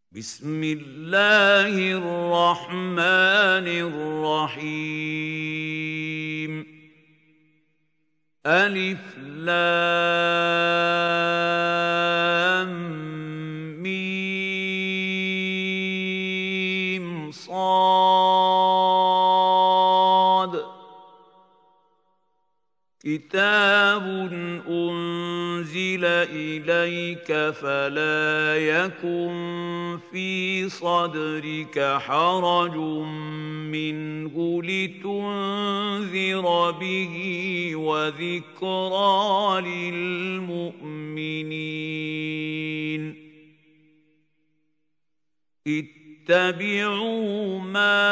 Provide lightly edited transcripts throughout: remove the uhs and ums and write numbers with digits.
بسم الله الرحمن الرحيم ألف لام ميم صاد كتاب أنزل إليك فلا يكن في صدرك حرج منه لتنذر به وذكرى للمؤمنين اتبعوا ما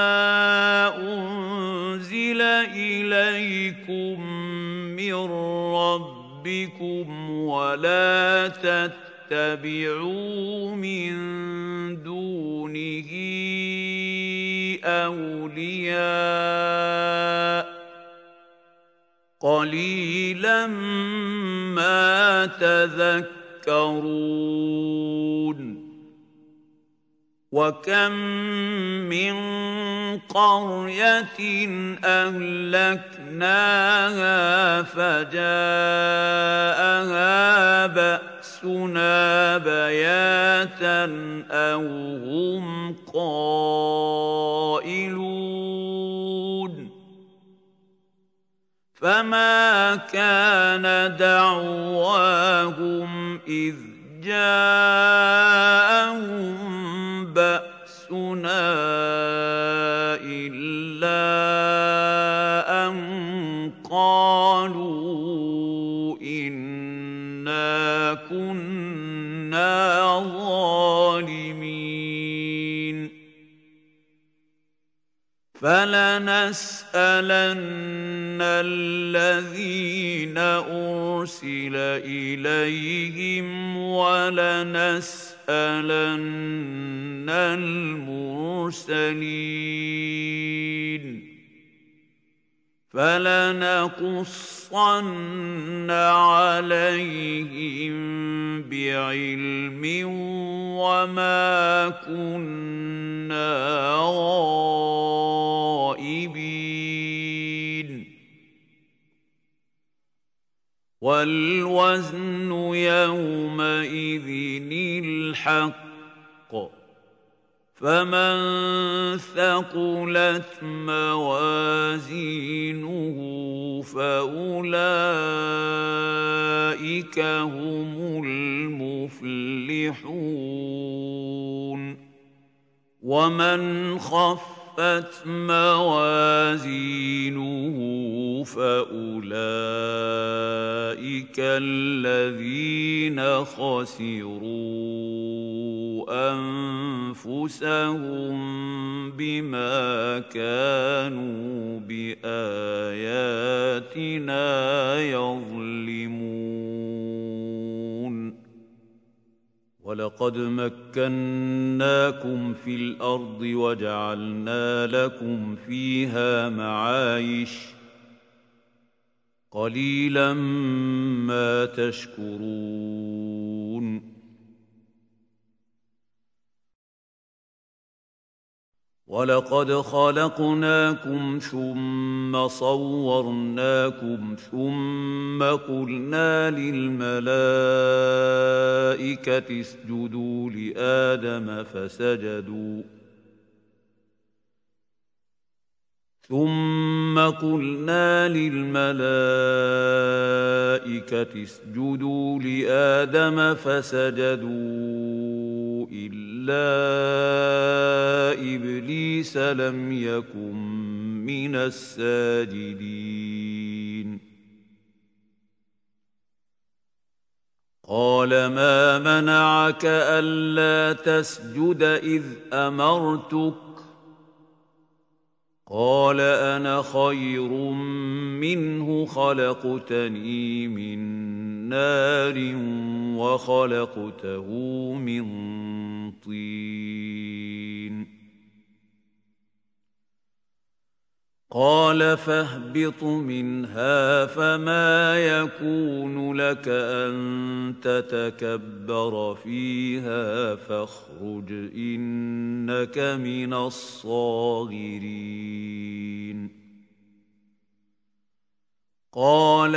أنزل إليكم من ربكم ولا تتبعوا من دونه أولياء قليلا ما تذكرون وكم من قرية أهلكناها فجاءها بأسنا بياتا أو هم قائلون فما كان دعواهم إذ جاءهم بأسنا إلا أن قالوا إنا كنا ظالمين فلنسألن الذين أرسل إليهم ولنسألن المرسلين فلنقصن عليهم بعلم وما كنا غائبين والوزن يومئذ الحق فمن ثقلت موازينه فأولئك هم المفلحون ومن خفت موازينه فأولئك الذين خسروا أنفسهم بما كانوا بآياتنا يظلمون ولقد مكناكم في الأرض وجعلنا لكم فيها معايش قليلا ما تشكرون ولقد خلقناكم ثم صورناكم ثم قلنا للملائكة اسجدوا لآدم فسجدوا إلا إبليس لم يكن من الساجدين قال ما منعك ألا تسجد إذ أمرتك قال أنا خير منه خلقتني من نار وخلقته من طين قال فاهبط منها فما يكون لك أن تتكبر فيها فاخرج إنك من الصاغرين قال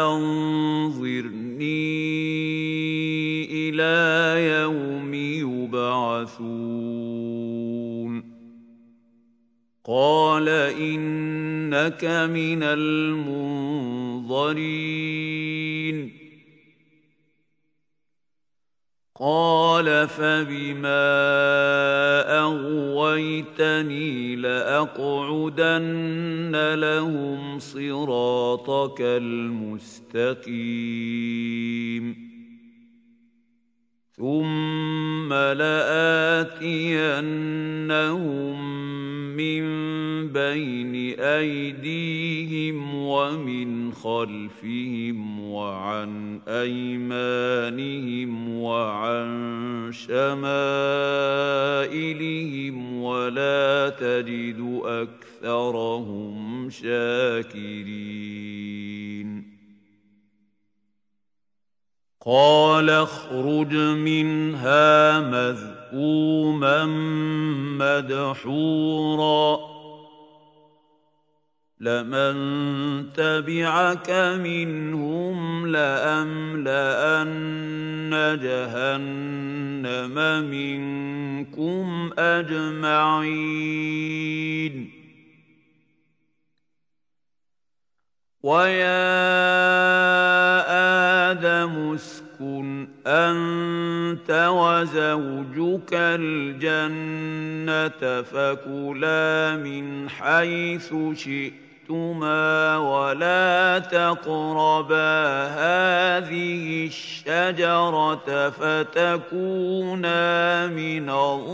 أنظرني إلى يوم يبعثون قال إنك من المنظرين قال فبما أغويتني لأقعدن لهم صراطك المستقيم ثم لآتينهم من بين أيديهم ومن خلفهم وعن أيمانهم وعن شمائلهم ولا تجد أكثرهم شاكرين قال اخرج منها مذءوما مدحورا لمن تبعك منهم لأملأن جهنم منكم أجمعين ويا آدم اسكن أنت وزوجك الجنة فكلا من حيث شئتما ولا تقربا هذه الشجرة فتكونا من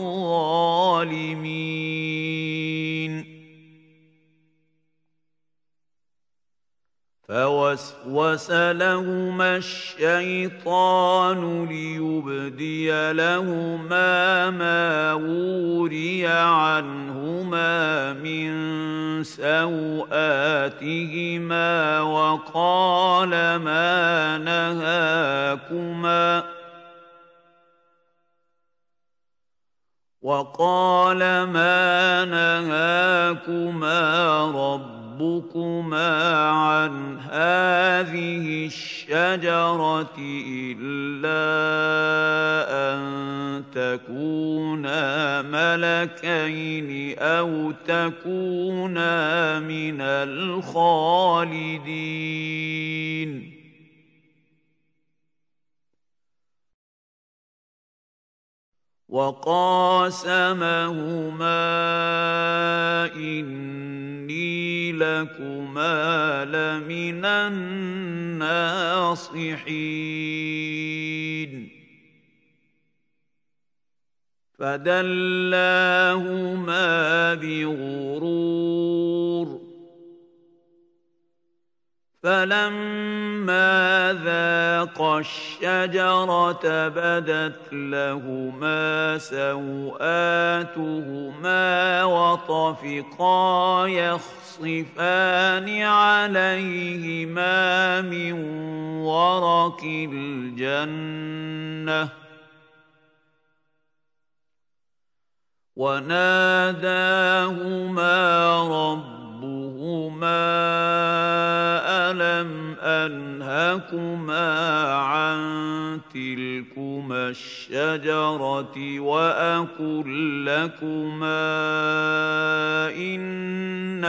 الظالمين فوسوس لهما الشيطان ليبدي لهما ما وري عنهما من سوآتهما وقال ما نهاكما ربكما عن هذه الشجرة إلا أن تكونا ملكين أو تكونا من الخالدين وقاسمهما إني لكما لمن الناصحين فدلاهما بغرور فلما ذاقا الشجرة بدت لهما سوآتهما وطفقا يخصفان عليهما من ورق الجنة وناداهما ربهما ألم أنهكما عن تلكما الشجرة وأقل لكما إن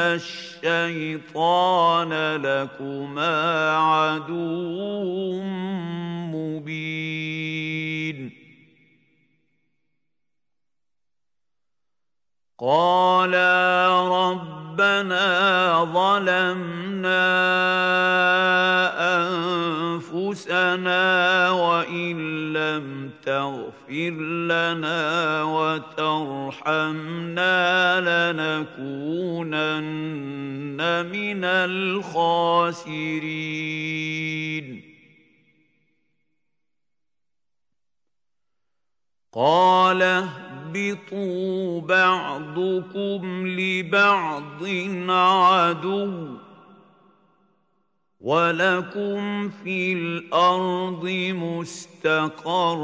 الشيطان لكما عدو مبين قالا ربنا ظلمنا أنفسنا وإن لم تغفر لنا وترحمنا لنكونن من الخاسرين قال اهْبِطُوا بَعْضُكُمْ لِبَعْضٍ عَدُوٌّ وَلَكُمْ فِي الْأَرْضِ مُسْتَقَرٌّ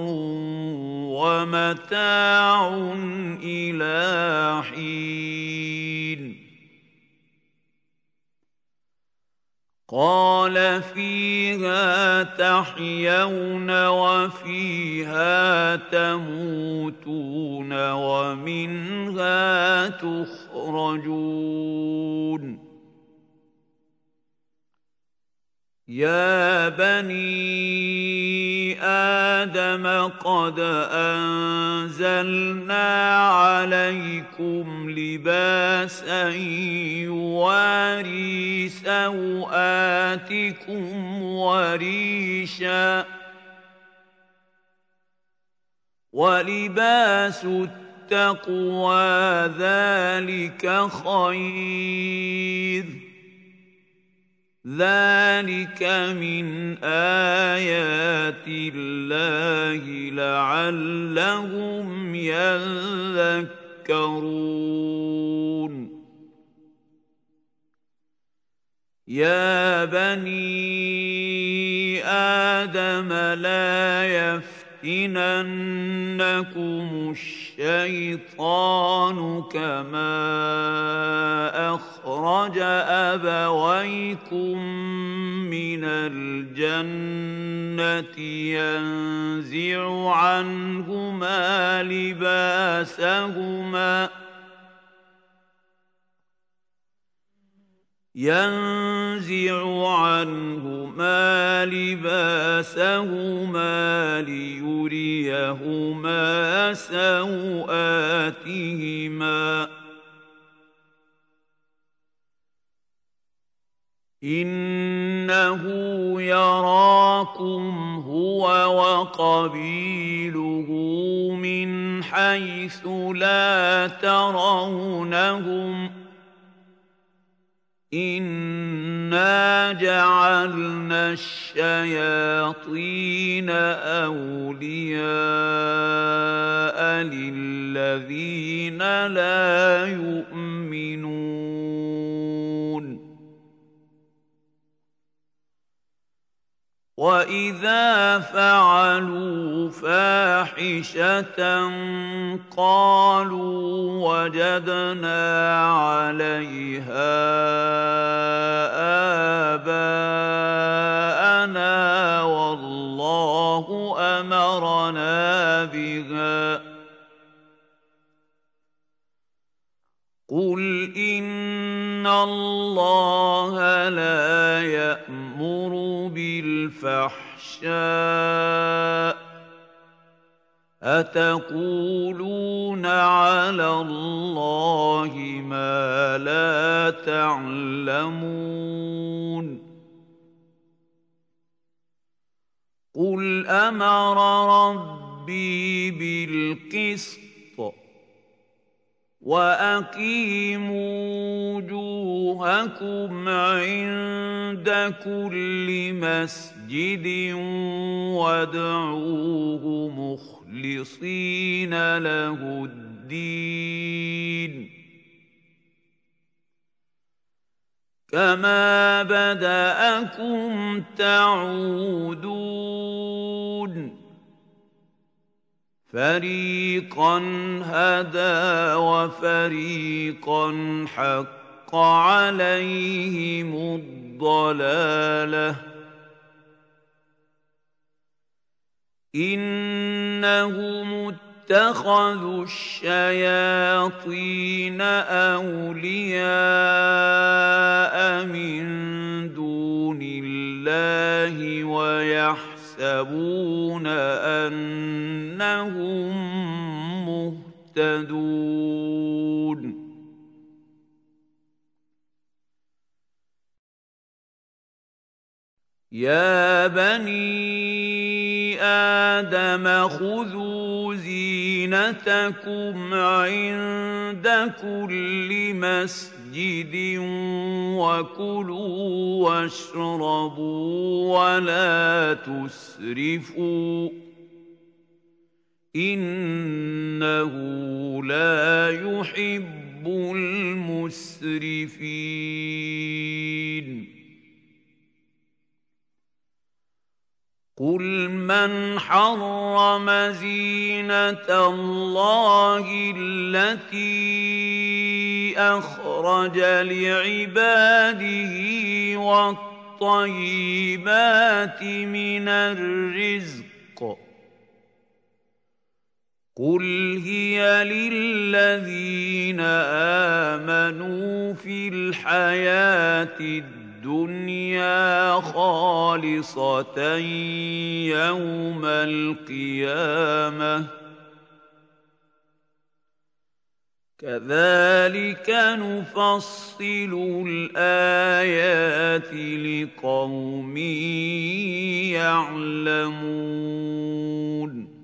وَمَتَاعٌ إِلَىٰ حِينٍ قَالَ فِيهَا تَحْيَوْنَ وَفِيهَا تَمُوتُونَ وَمِنْهَا تُخْرَجُونَ يَا بَنِي آدَمَ قَدْ أَنزَلْنَا عَلَيْكُمْ لِبَاسًا يُوَارِي سَوْآتِكُمْ وَرِيشًا ۖ وَلِبَاسُ التَّقْوَىٰ ذَٰلِكَ خَيْرٌ ۚ ذَٰلِكَ مِنْ آيَاتِ اللَّهِ لَعَلَّهُمْ يَذَّكَّرُونَ يَا بَنِي آدَمَ لَا يَفْتِنَنَّكُمُ الشَّيْطَانُ كَمَا أَخْرَجَ أَبَوَيْكُم مِّنَ الْجَنَّةِ يَنزِعُ عَنْهُمَا لِبَاسَهُمَا لِيُرِيَهُمَا سَوْآتِهِمَا ۗ إِنَّهُ يَرَاكُمْ هُوَ وَقَبِيلُهُ مِنْ حَيْثُ لَا تَرَوْنَهُمْ ۗ إِنَّا جَعَلْنَا الشَّيَاطِينَ أَوْلِيَاءَ لِلَّذِينَ لَا يُؤْمِنُونَ وَإِذَا فَعَلُوا فَاحِشَةً قَالُوا وَجَدْنَا عَلَيْهَا آبَاءَنَا وَاللَّهُ أَمَرَنَا بِهَا ۗ قُلْ إِنَّ اللَّهَ لَا يَأْمُرُ بِالْفَحْشَاءِ ۖ أَتَقُولُونَ عَلَى اللَّهِ مَا لَا تَعْلَمُونَ قُلْ أَمَرَ رَبِّي بِالْقِسْطِ وَأَقِيمُوا وُجُوهَكُمْ عِندَ كُلِّ مَسْجِدٍ وَادْعُوهُ مُخْلِصِينَ لَهُ الدِّينَ كَمَا بَدَأَكُمْ تَعُودُونَ فَرِيقًا هَدَىٰ وَفَرِيقًا حَقَّ عَلَيْهِمُ الضَّلَالَةُ ۗ إِنَّهُمُ اتَّخَذُوا الشَّيَاطِينَ أَوْلِيَاءَ مِن دُونِ اللَّهِ وَيَحْسَبُونَ أَنَّهُم مُّهْتَدُونَ يَا بَنِي آدَمَ خُذُوا زِينَتَكُمْ عِندَ كُلِّ مَسْجِدٍ وَكُلُوا وَاشْرَبُوا وَلَا تُسْرِفُوا إنه لا يحب المسرفين قل من حرم زينة الله التي أخرج لعباده والطيبات من الرزق قل هي للذين آمنوا في الحياة الدنيا خالصة يوم القيامة كذلك نفصل الآيات لقوم يعلمون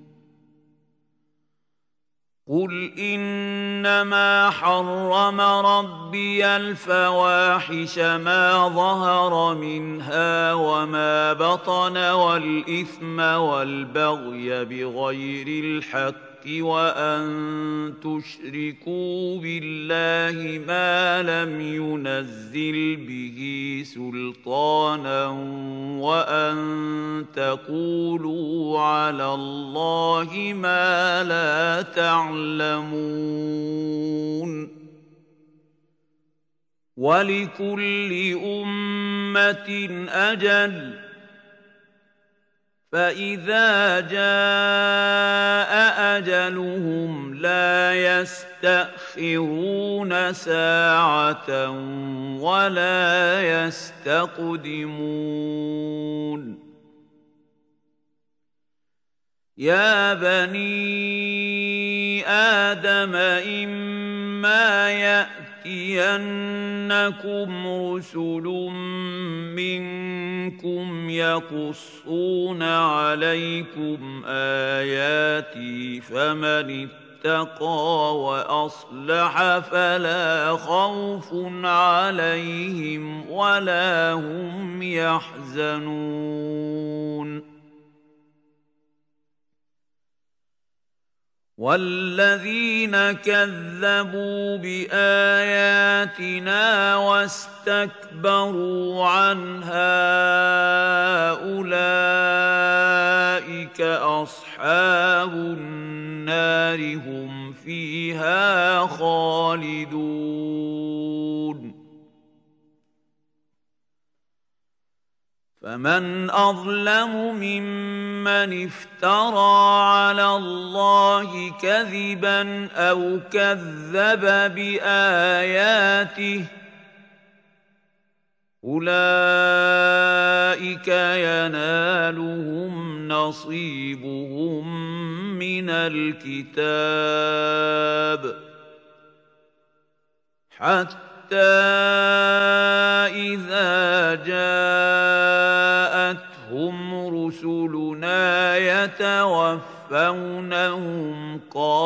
قل إنما حرم ربي الفواحش ما ظهر منها وما بطن والإثم والبغي بغير الحق وأن تشركوا بالله ما لم ينزل به سلطانا وأن تقولوا على الله ما لا تعلمون ولكل أمة أجل فإذا جاء أجلهم لا يستأخرون ساعة ولا يستقدمون يا بني آدم إما يأتينكم رسل منكم يقصون عليكم آياتي فمن اتقى وأصلح فلا خوف عليهم ولا هم يحزنون والذين كذبوا بآياتنا واستكبروا عنها أولئك أصحاب النار هم فيها خالدون فمن أظلم ممن افترى على الله كذبا أو كذب بآياته أولئك ينالهم نصيبهم من الكتاب حتى إذا جاءتهم رسلنا يتوفونهم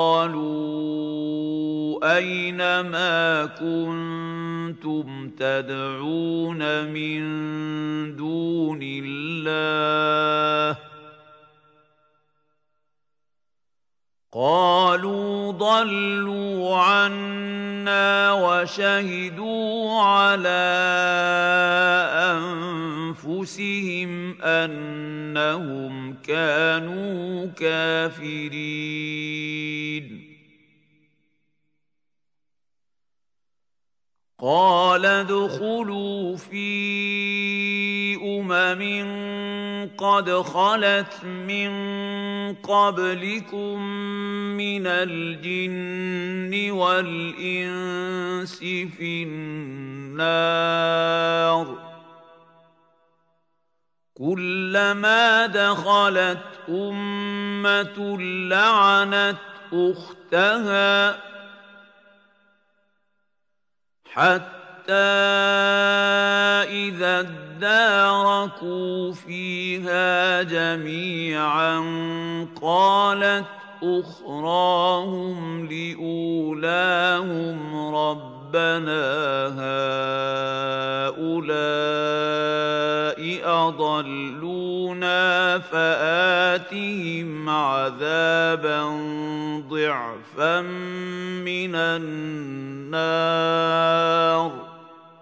قالوا أين ما كنتم تدعون من دون الله قالوا ضلوا عنا وشهدوا على أنفسهم أنهم كانوا كافرين قال ادخلوا في قد خلت من قبلكم من الجن والإنس في النار كلما دخلت أمة لعنت أختها حتى إذا اداركوا فيها جميعا قالت أخراهم لأولاهم ربنا هؤلاء أضلونا فآتهم عذابا عذابا ضعفا من النار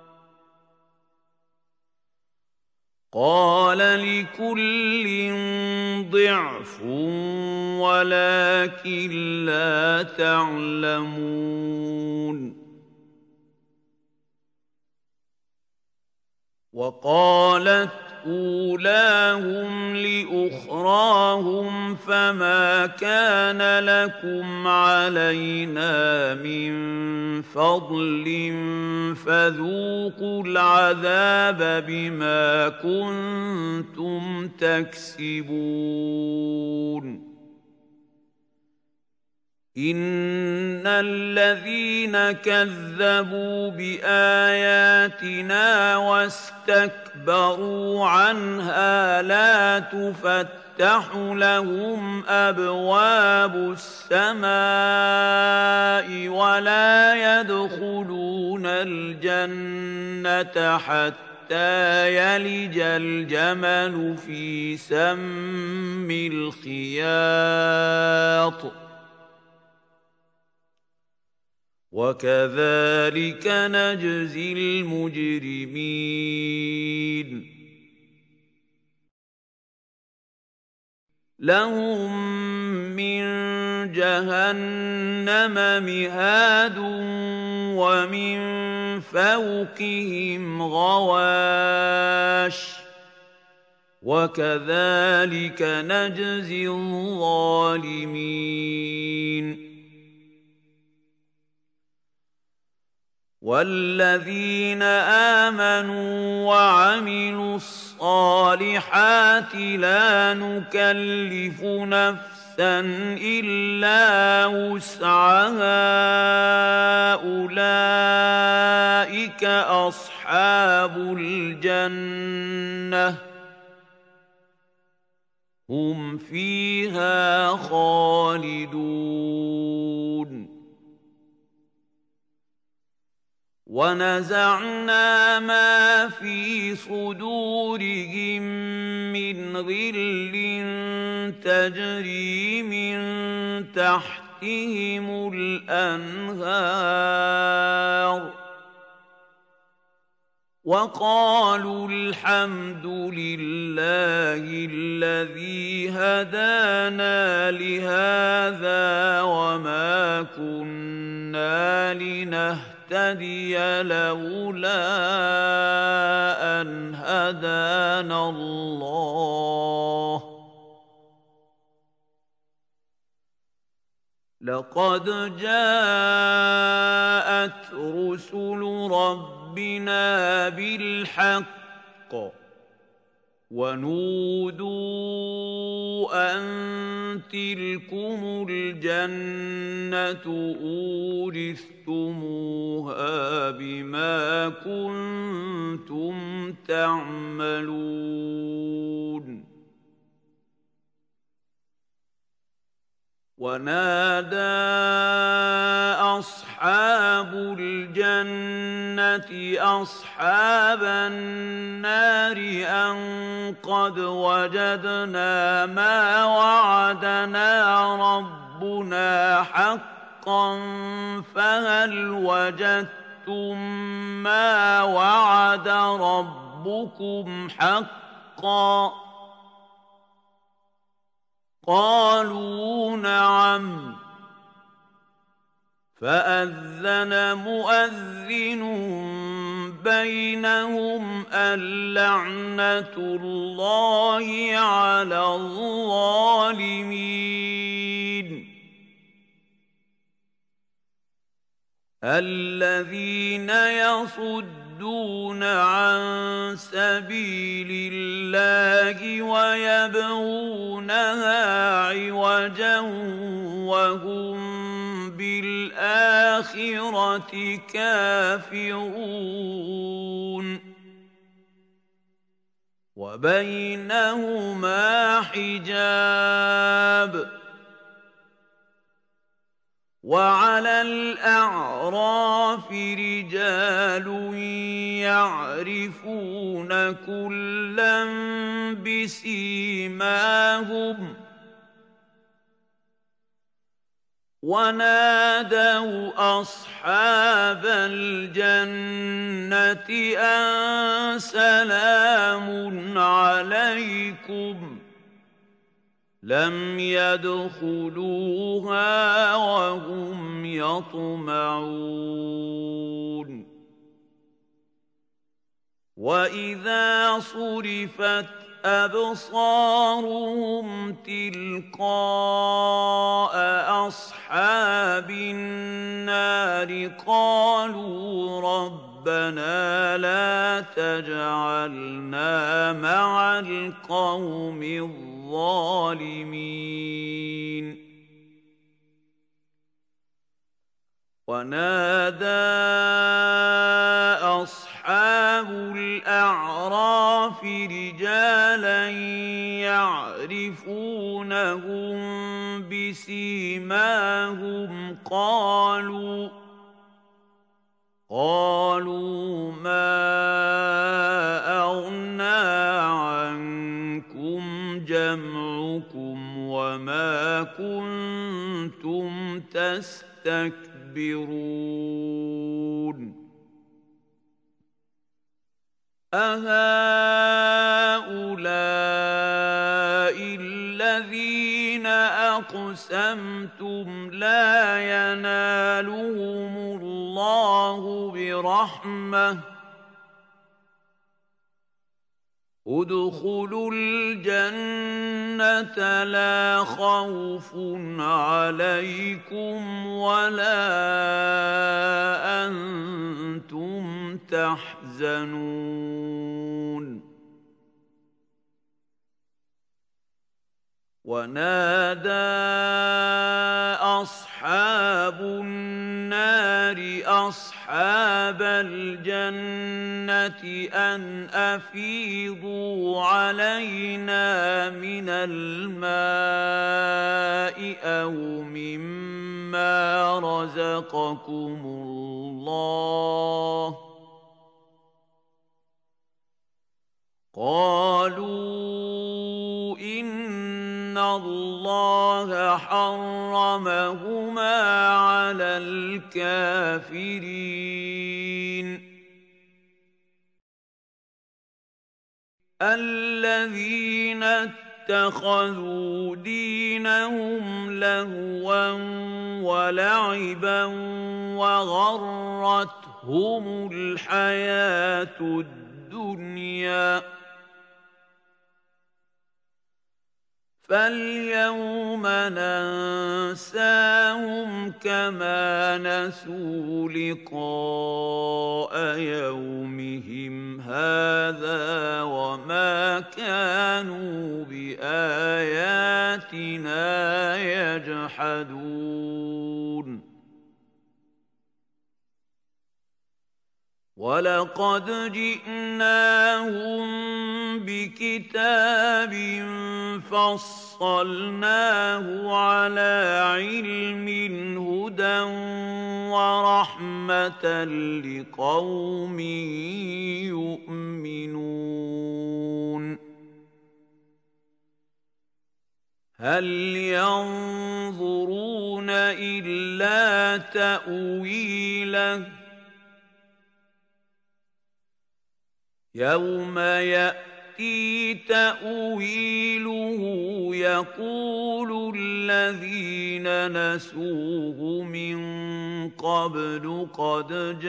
قال لكل ضعف ولكن لا تعلمون وقالت أولاهم لأخراهم فما كان لكم علينا من فضل فذوقوا العذاب بما كنتم تكسبون إن الذين كذبوا بآياتنا واستكبروا عنها لا تفتح لهم أبواب السماء ولا يدخلون الجنة حتى يلج الجمل في سم الخياط وكذلك نجزي المجرمين لهم من جهنم مهاد ومن فوقهم غواش وكذلك نجزي الظالمين والذين آمنوا وعملوا الصالحات لا نكلف نفسا إلا وسعها أولئك أصحاب الجنة هم فيها خالدون ونزعنا ما في صدورهم من غل تجري من تحتهم الأنهار وقالوا الحمد لله الذي هدانا لهذا وما كنا لنهتدي لولا أن هدانا الله لقد جاءت رسل ربنا بالحق ونودوا أن تلكم الجنة أورثتموها بما كنتم تعملون ونادى أصحاب الجنة أصحاب النار أن قد وجدنا ما وعدنا ربنا حقا فهل وجدتم ما وعد ربكم حقا قالوا نعم فأذن مؤذن بينهم اللعنة الله على الظالمين الذين يصدون عن سبيل الله ويبغونها عوجا وهم بالآخرة كافرون وبينهما حجاب وعلى الأعراف رجال يعرفون كلا بسيماهم ونادوا أصحاب الجنة أن سلام عليكم لم يدخلوها وهم يطمعون وإذا صرفت أبصارهم تلقاء أصحاب النار قالوا ربنا لا تجعلنا مع القوم الظالمين ونادى أصحاب الأعراف رجالا يعرفونهم بسيماهم قالوا ما أغنى عنكم جمعكم وما كنتم تستكبرون أهؤلاء الذين أقسمتم لا ينالهم الله برحمة ادخلوا الجنة لا خوف عليكم ولا أنتم تحزنون ونادى أصحاب النار أصحاب الجنة أن أفيضوا علينا من الماء أو مما رزقكم الله قالوا إن الله حرمهما على الكافرين الذين اتخذوا دينهم لهوا ولعبا وغرتهم الحياة الدنيا فاليوم ننساهم كما نسوا لقاء يومهم هذا وما كانوا بآياتنا يجحدون ولقد جئناهم بكتاب فصلناه على علم هدى ورحمة لقوم يؤمنون هل ينظرون إلا تأويله يوم يأتي تأويله يقول الذين نسوه من قبل قد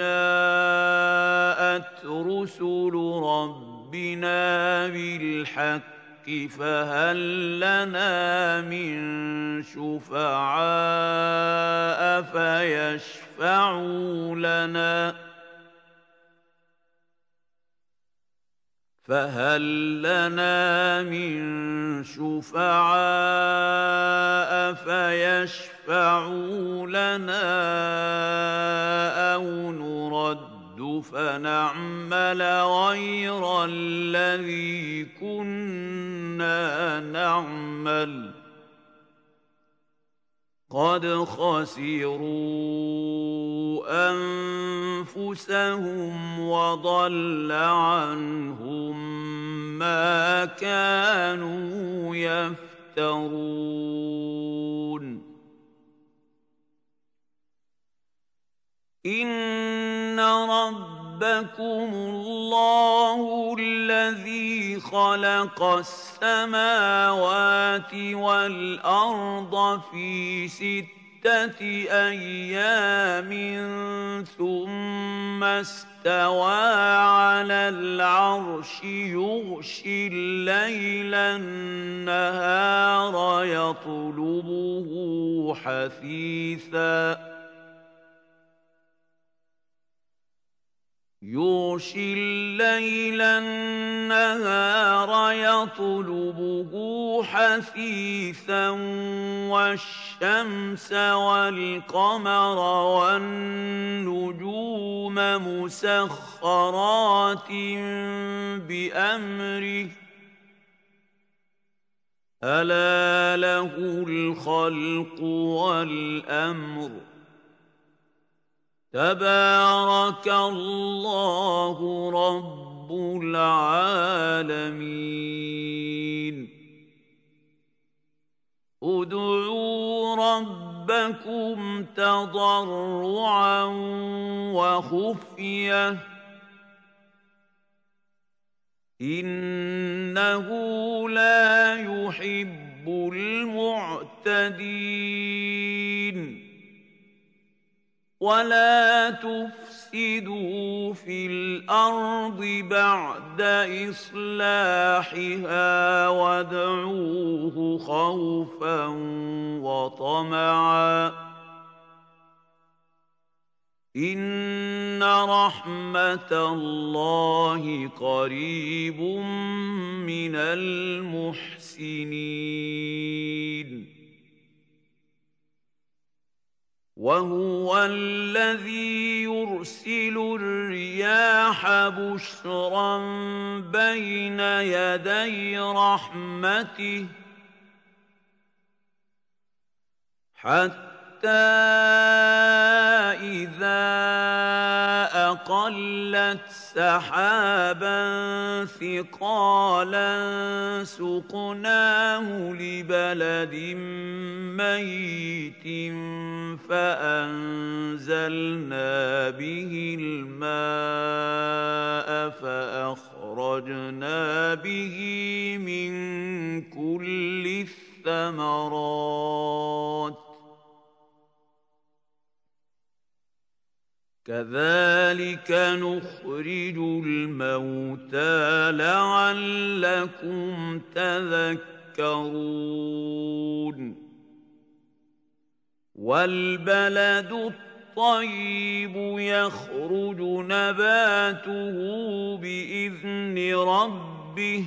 جاءت رسل ربنا بالحق فهل لنا من شفعاء فيشفعوا لنا فهل لنا من شفعاء فيشفعوا لنا أو نرد فنعمل غير الذي كنا نعمل قد خسروا أنفسهم وضل عنهم ما كانوا يفترون إن ربكم الله الذي خلق السماوات والأرض في 6 أيام ثم استوى على العرش يغشي الليل النهار يطلبه حثيثا يغشي الليل النهار يطلبه حثيثا والشمس والقمر والنجوم مسخرات بأمره ألا له الخلق والأمر تبارك الله رب العالمين ادعوا ربكم تضرعا وخفية إنه لا يحب المعتدين ولا تفسدوا في الأرض بعد إصلاحها وادعوه خوفا وطمعا إن رحمة الله قريب من المحسنين وهو الذي يرسل الرياح بشرا بين يدي رحمته حتى إذا أقلت سحابا ثقالا سقناه لبلد ميت فأنزلنا به الماء فأخرجنا به من كل الثمرات كذلك نخرج الموتى لعلكم تذكرون والبلد الطيب يخرج نباته بإذن ربه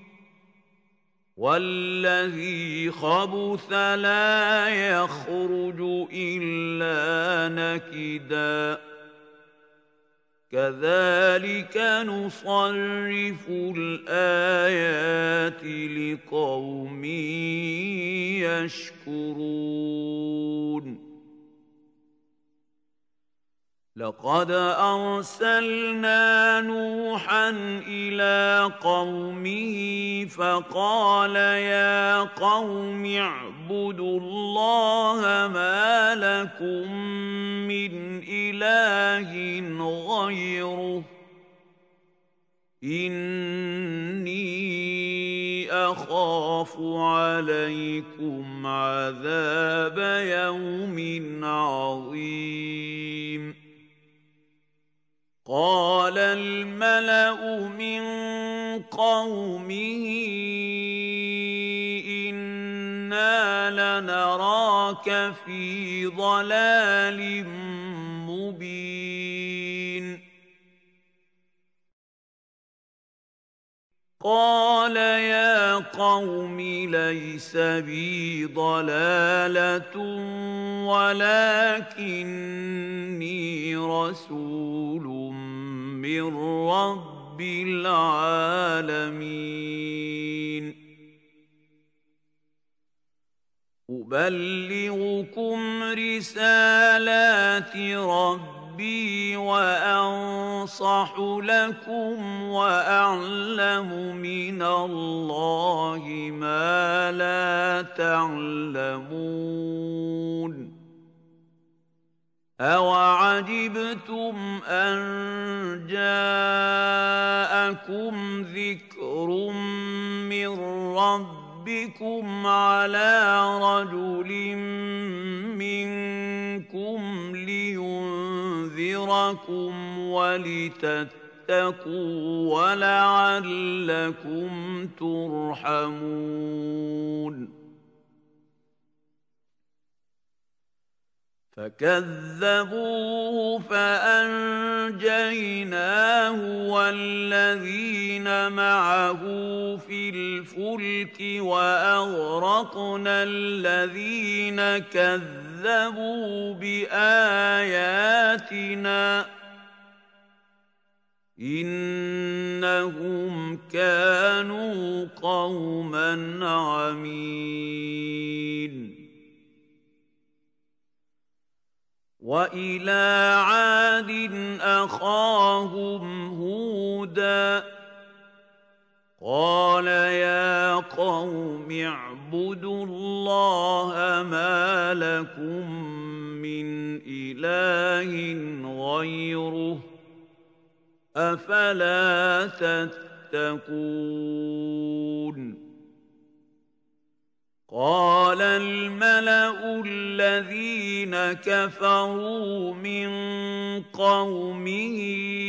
والذي خبث لا يخرج إلا نكدا كذلك نصرف الآيات لقوم يشكرون لقد أرسلنا نوحا إلى قومه فقال يا قوم اعبدوا الله ما لكم من إله غيره إني أخاف عليكم عذاب يوم عظيم قال الملأ من قومه إنا لنراك في ضلال مبين قال يا قوم ليس بي ضلالة ولكني رسول من رب العالمين أبلغكم رسالات ربي وأنصح لكم وأعلم من الله ما لا تعلمون أَوَعَجِبْتُمْ أَن جَاءَكُمْ ذِكْرٌ مِّن رَّبِّكُمْ عَلَىٰ رَجُلٍ مِّنكُمْ لِيُنذِرَكُمْ وَلِتَتَّقُوا وَلَعَلَّكُمْ تُرْحَمُونَ فَكَذَّبُوهُ فَأَنجَيْنَاهُ وَالَّذِينَ مَعَهُ فِي الْفُلْكِ وَأَغْرَقْنَا الَّذِينَ كَذَّبُوا بِآيَاتِنَا ۚ إِنَّهُمْ كَانُوا قَوْمًا عَمِينَ وَإِلَىٰ عَادٍ أَخَاهُمْ هُودًا ۚ قَالَ يَا قَوْمِ اعْبُدُوا اللَّهَ مَا لَكُم مِّنْ إِلَٰهٍ غَيْرُهُ ۖ أَفَلَا تَتَّقُونَ قَالَ الْمَلَأُ الَّذِينَ كَفَرُوا مِن قَوْمِهِ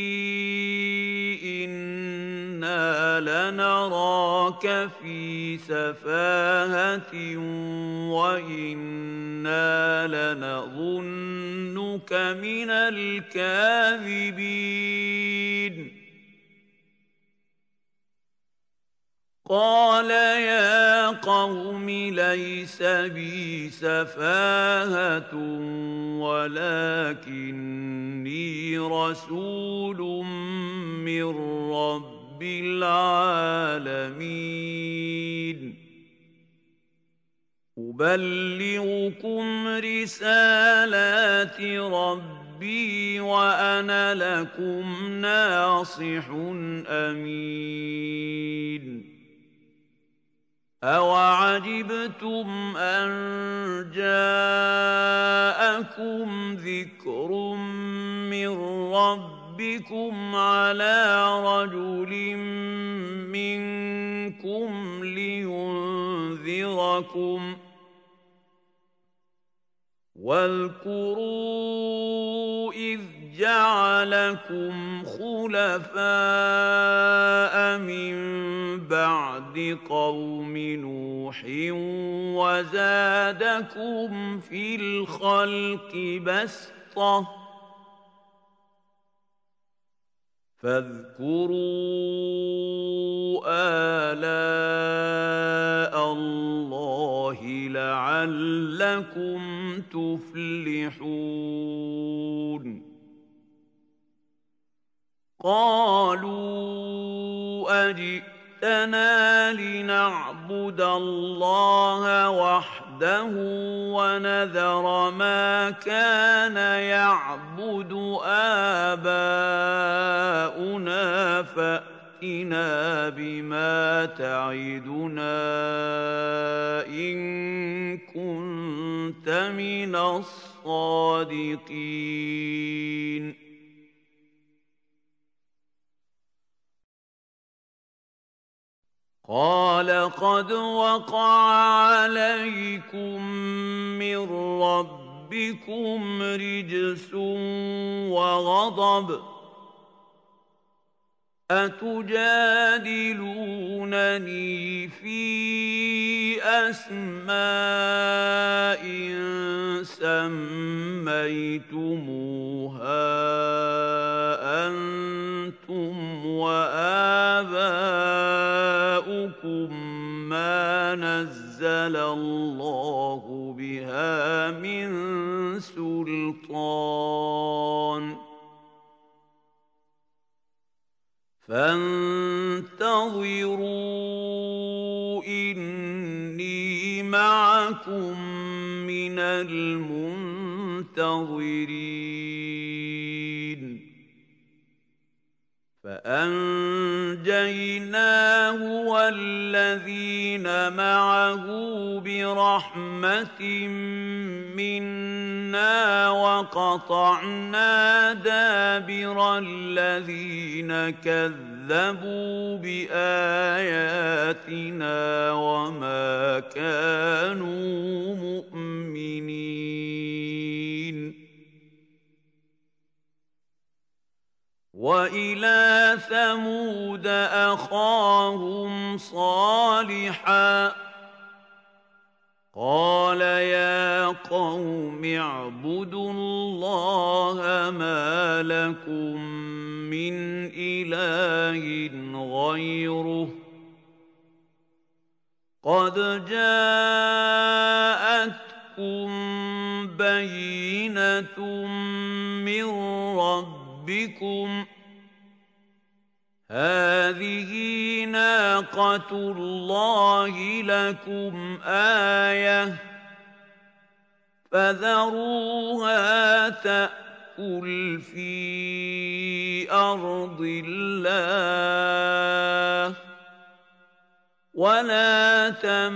إِنَّا لَنَرَاكَ فِي سَفَاهَةٍ وَإِنَّا لَنَظُنُّكَ مِنَ الْكَاذِبِينَ قَالَ يَا قَوْمِ لَيْسَ بِي سَفَاهَةٌ وَلَٰكِنِّي رَسُولٌ مِّن رَّبِّ الْعَالَمِينَ أُبَلِّغُكُمْ رِسَالَاتِ رَبِّي وَأَنَا لَكُمْ نَاصِحٌ أَمِينٌ أَوَعَجِبْتُمْ أَن جَاءَكُمْ ذِكْرٌ مِّن رَّبِّكُمْ عَلَىٰ رَجُلٍ مِّنكُمْ لِيُنذِرَكُمْ ۖ وَاذْكُرُوا إِذْ جَعَلَكُمْ خُلَفَاءَ مِن بَعْدِ قَوْمِ نُوحٍ وَزَادَكُمْ فِي الْخَلْقِ بَسْطَةً ۖ فاذكروا آلاء الله لعلكم تفلحون قالوا أجئتنا لنعبد الله وحده ونذر ما كان يعبد آباؤنا فأتنا بما تعدنا إن كنت من الصادقين قال قد وقع عليكم من ربكم رجس وغضب أتجادلونني في أسماء سميتموها أنتم وآباؤكم ما نزل الله بها من سلطان فانتظروا إني معكم من المنتظرين فأنجيناه والذين معه برحمة منا وقطعنا دابر الذين كذبوا بآياتنا وما كانوا مؤمنين. وإلى ثمود أخاهم صالحا قال يا قوم اعبدوا الله ما لكم من إله غيره قد جاءتكم بينة من ربكم هذه ناقة الله لكم آية فذروها تأكل في أرض الله ولا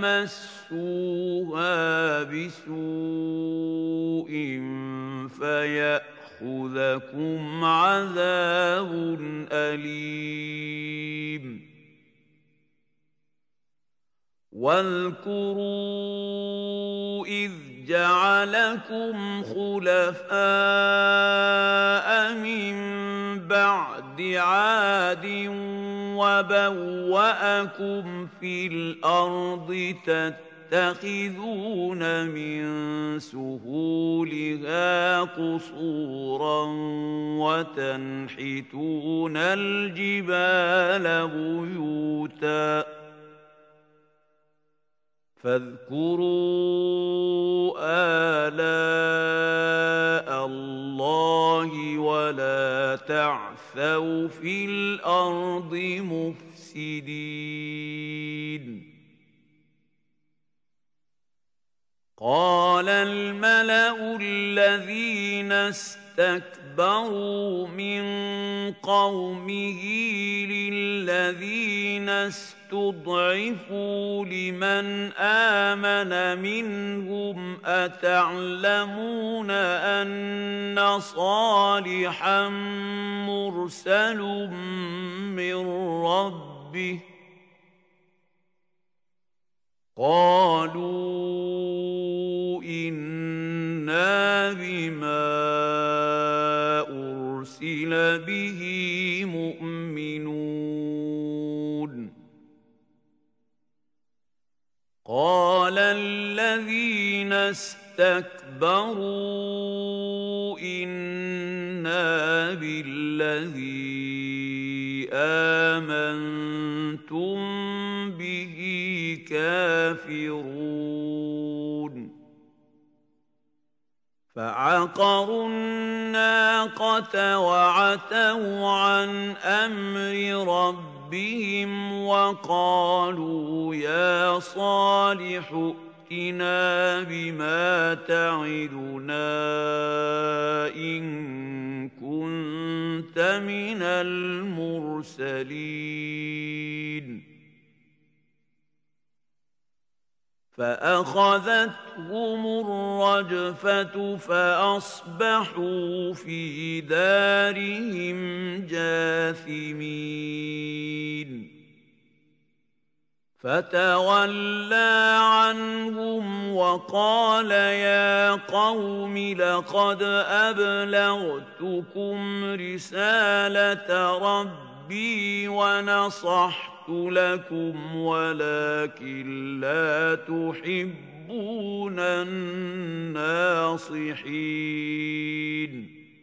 تمسوها بسوء فيأخذكم عذاب أليم. واذكروا إذ جعلكم خلفاء من بعد عاد وبوأكم في الأرض تتخذون من سهولها قصورا وتنحتون الجبال بيوتا فاذكروا آلاء الله ولا تعثوا في الأرض مفسدين. قال الملأ الذين استكبروا من قومه للذين استضعفوا لمن آمن منهم أتعلمون أن صالحا مرسل من ربه قالوا إنا بما أرسل به مؤمنون. قال الذين استكبروا إنا بالذي آمنتم به كافرون. فعقروا الناقة وعتوا عن أمر ربهم وقالوا يا صالح ائتنا بما تعدنا إن كنت من المرسلين. فأخذتهم الرجفة فأصبحوا في دارهم جاثمين. فتولى عنهم وقال يا قوم لقد أبلغتكم رسالة ربي ونصحت لكم ولكن لا تحبون الناصحين.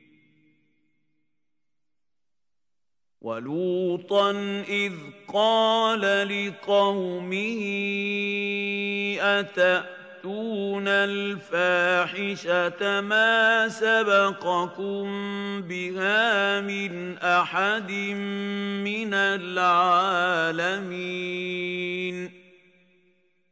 ولوطا إذ قال لقومه أتأتون الفاحشة ما سبقكم بها من أحد من العالمين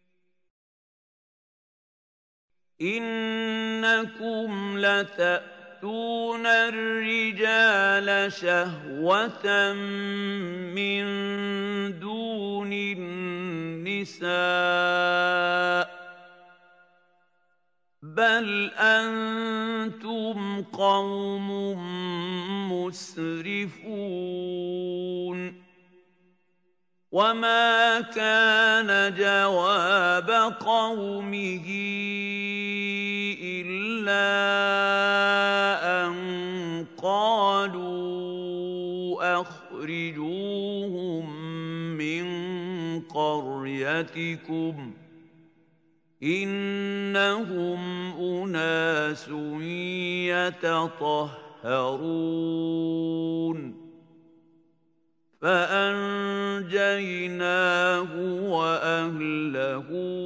إنكم لتأتون تأتون الرجال شهوة من دون النساء بل أنتم قوم مسرفون وما كان جواب قومه إلا أن قالوا أخرجوهم من قريتكم إنهم أناس يتطهرون فأنجيناه وأهله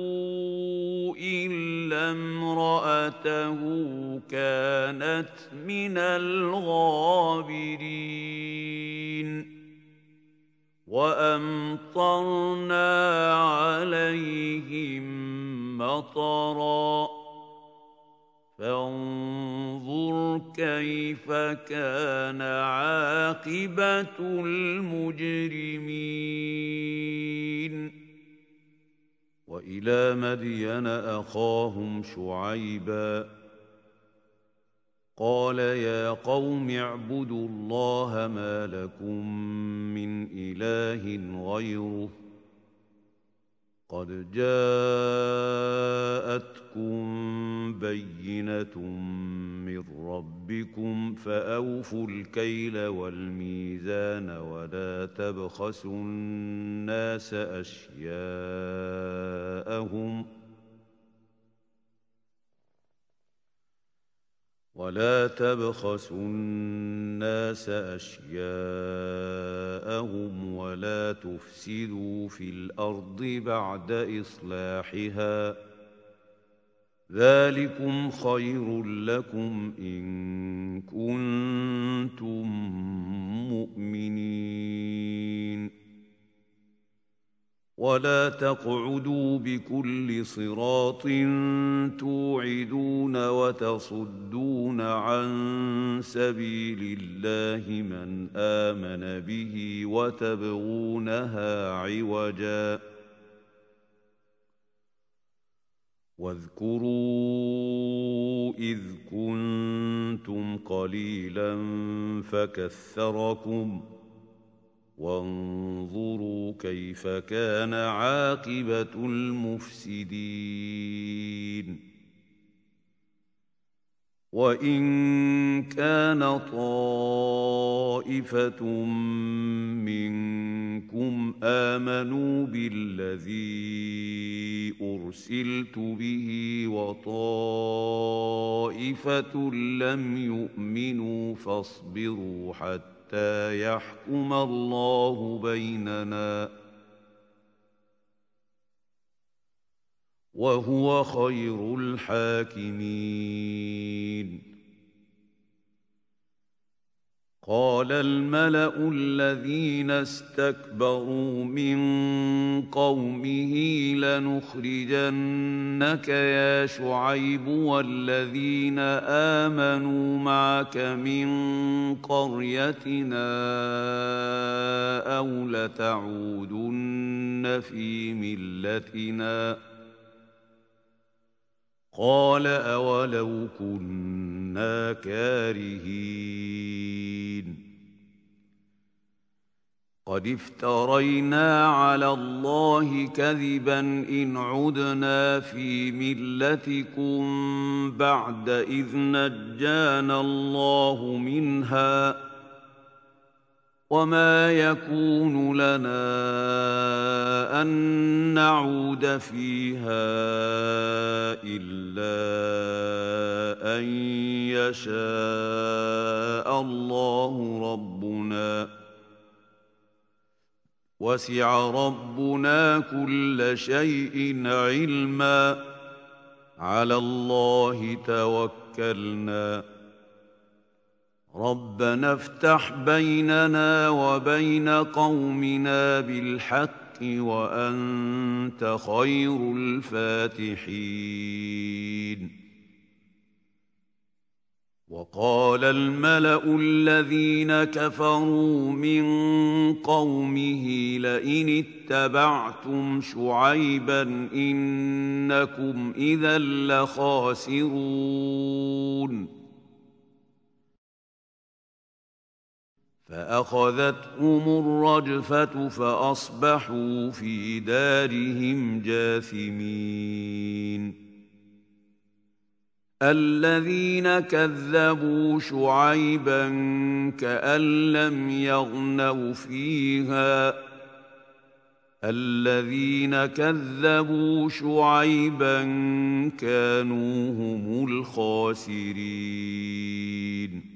إلا امرأته كانت من الغابرين وأمطرنا عليهم مطرا فانظر كيف كان عاقبة المجرمين وإلى مدين أخاهم شعيبا قال يا قوم اعبدوا الله ما لكم من إله غيره قد جاءتكم بينة من ربكم فأوفوا الكيل والميزان ولا تبخسوا الناس أشياءهم ولا تفسدوا في الأرض بعد إصلاحها ذلكم خير لكم إن كنتم مؤمنين ولا تقعدوا بكل صراط توعدون وتصدون عن سبيل الله من آمن به وتبغونها عوجا واذكروا إذ كنتم قليلا فكثركم وانظروا كيف كان عاقبة المفسدين وإن كان طائفة منكم آمنوا بالذي أرسلت به وطائفة لم يؤمنوا فاصبروا حتى يحكم الله بيننا وهو خير الحاكمين قال الملأ الذين استكبروا من قومه لنخرجنك يا شعيب والذين آمنوا معك من قريتنا أو لتعودن في ملتنا قال أولو كنا كارهين قد افترينا على الله كذبا إن عدنا في ملتكم بعد إذ نجانا الله منها وما يكون لنا أن نعود فيها إلا أن يشاء الله ربنا وسع ربنا كل شيء علما على الله توكلنا ربنا افتح بيننا وبين قومنا بالحق وأنت خير الفاتحين وقال الملأ الذين كفروا من قومه لئن اتبعتم شعيبا إنكم إذا لخاسرون فأخذتهم الرجفة فأصبحوا في دارهم جاثمين الذين كذبوا شعيبا كأن لم يغنوا فيها الذين كذبوا شعيبا كانوا هم الخاسرين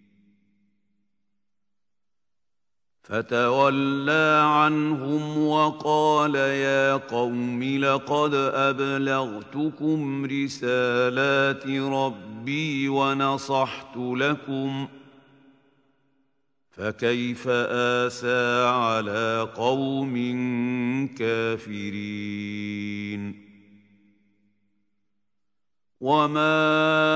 فتولى عنهم وقال يا قوم لقد أبلغتكم رسالات ربي ونصحت لكم فكيف آسى على قوم كافرين وما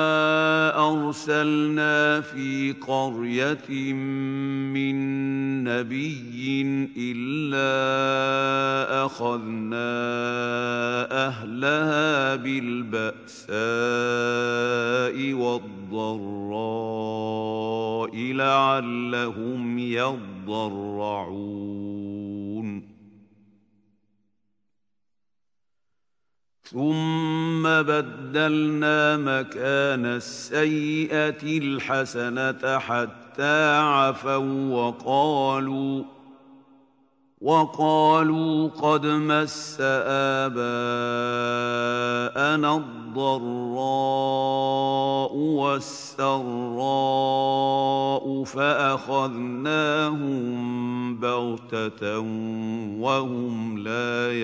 أرسلنا في قرية من نبي إلا أخذنا أهلها بالبأساء والضراء لعلهم يضرعون ثم بدلنا مكان السيئة الحسنة حتى عفوا وقالوا قد مس آباءنا الضراء والسراء فأخذناهم بغتة وهم لا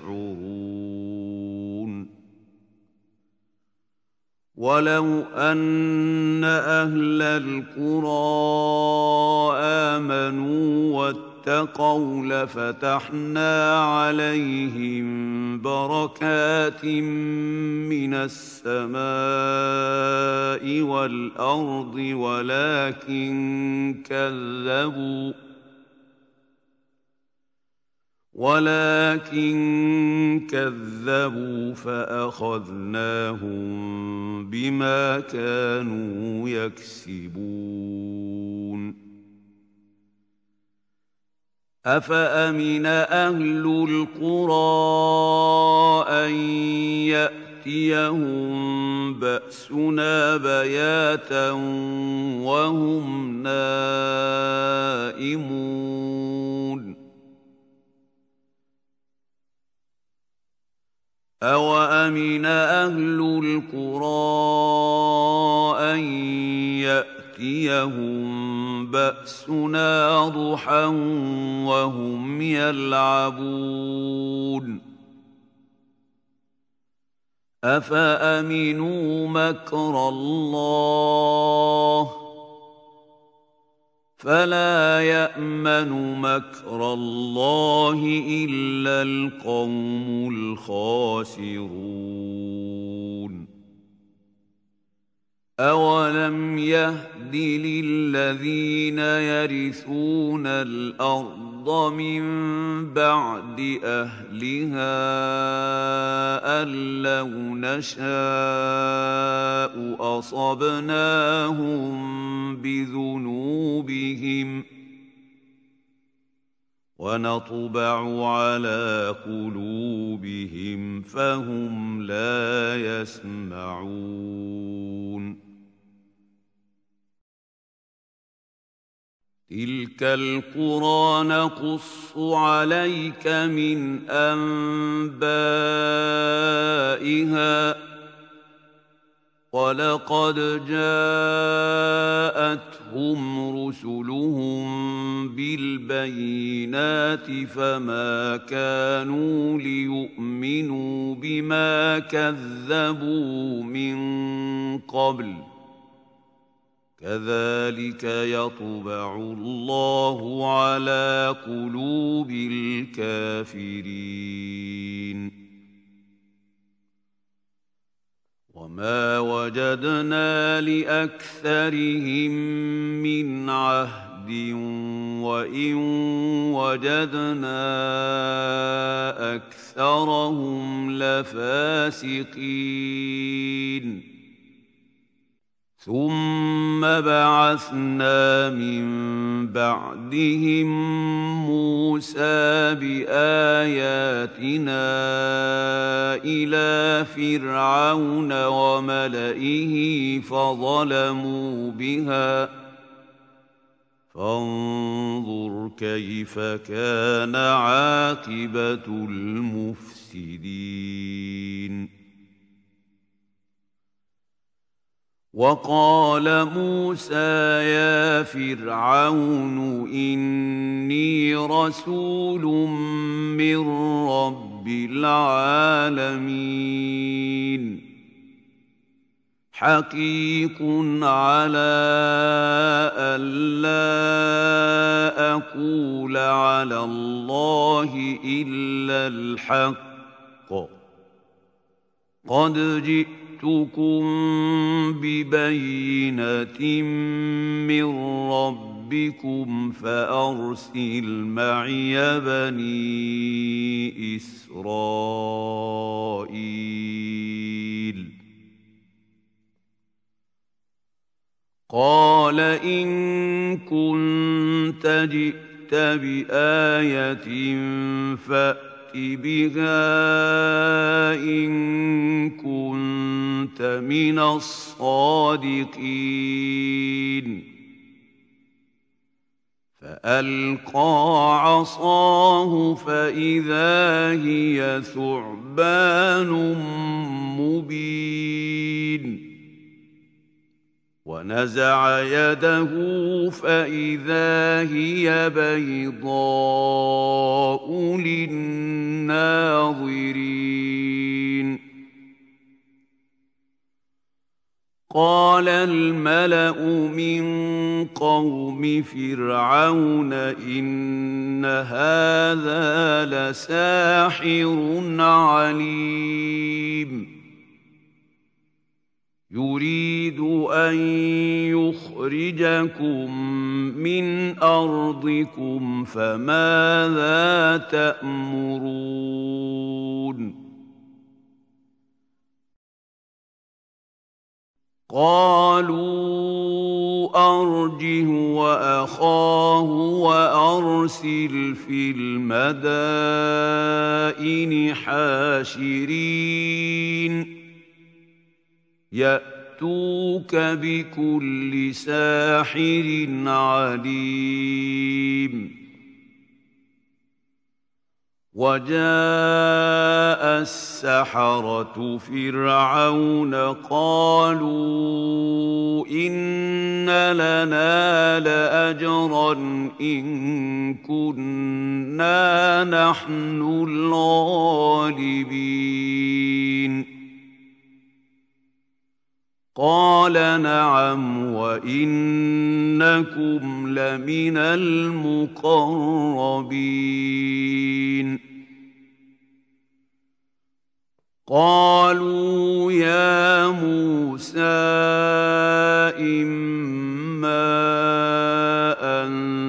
يشعرون ولو أن أهل القرى آمنوا واتقوا لفتحنا عليهم بركات من السماء والأرض ولكن كذبوا فأخذناهم بما كانوا يكسبون أفأمن أهل القرى أن يأتيهم بأسنا بياتا وهم نائمون أوأمن أهل القرى أن يأتيهم بأسنا ضحى وهم يلعبون أفأمنوا مكر الله فلا يأمن مكر الله إلا القوم الخاسرون أولم يهد للذين يرثون الأرض من بعد أهلها أن لو نشاء أصبناهم بذنوبهم ونطبع على قلوبهم فهم لا يسمعون تلك القرى نقص عليك من أنبائها ولقد جاءتهم رسلهم بالبينات فما كانوا ليؤمنوا بما كذبوا من قبل كذلك يطبع الله على قلوب الكافرين وما وجدنا لأكثرهم من عهد وإن وجدنا أكثرهم لفاسقين ثم بعثنا من بعدهم موسى بآياتنا إلى فرعون وملئه فظلموا بها فانظر كيف كان عاقبة المفسدين وقال موسى يا فرعون إني رسول من رب العالمين حقيق على ألا أقول على الله إلا الحق قد جئتكم ببينة من ربكم فأرسل معي بني إسرائيل قال إن كنت جئت بآية فأت بها إن كنت من الصادقين فألقى عصاه فإذا هي ثعبان مبين ونزع يده فإذا هي بيضاء للناظرين قال الملأ من قوم فرعون إن هذا لساحر عليم يريد أن يخرجكم من أرضكم فماذا تأمرون قالوا أرجه وأخاه وأرسل في المدائن حاشرين يأتوك بكل ساحر عليم وجاء السحرة فرعون قالوا إن لنا لأجرا إن كنا نحن الغالبين قال نعم وإنكم لمن المقربين قالوا يا موسى إما أن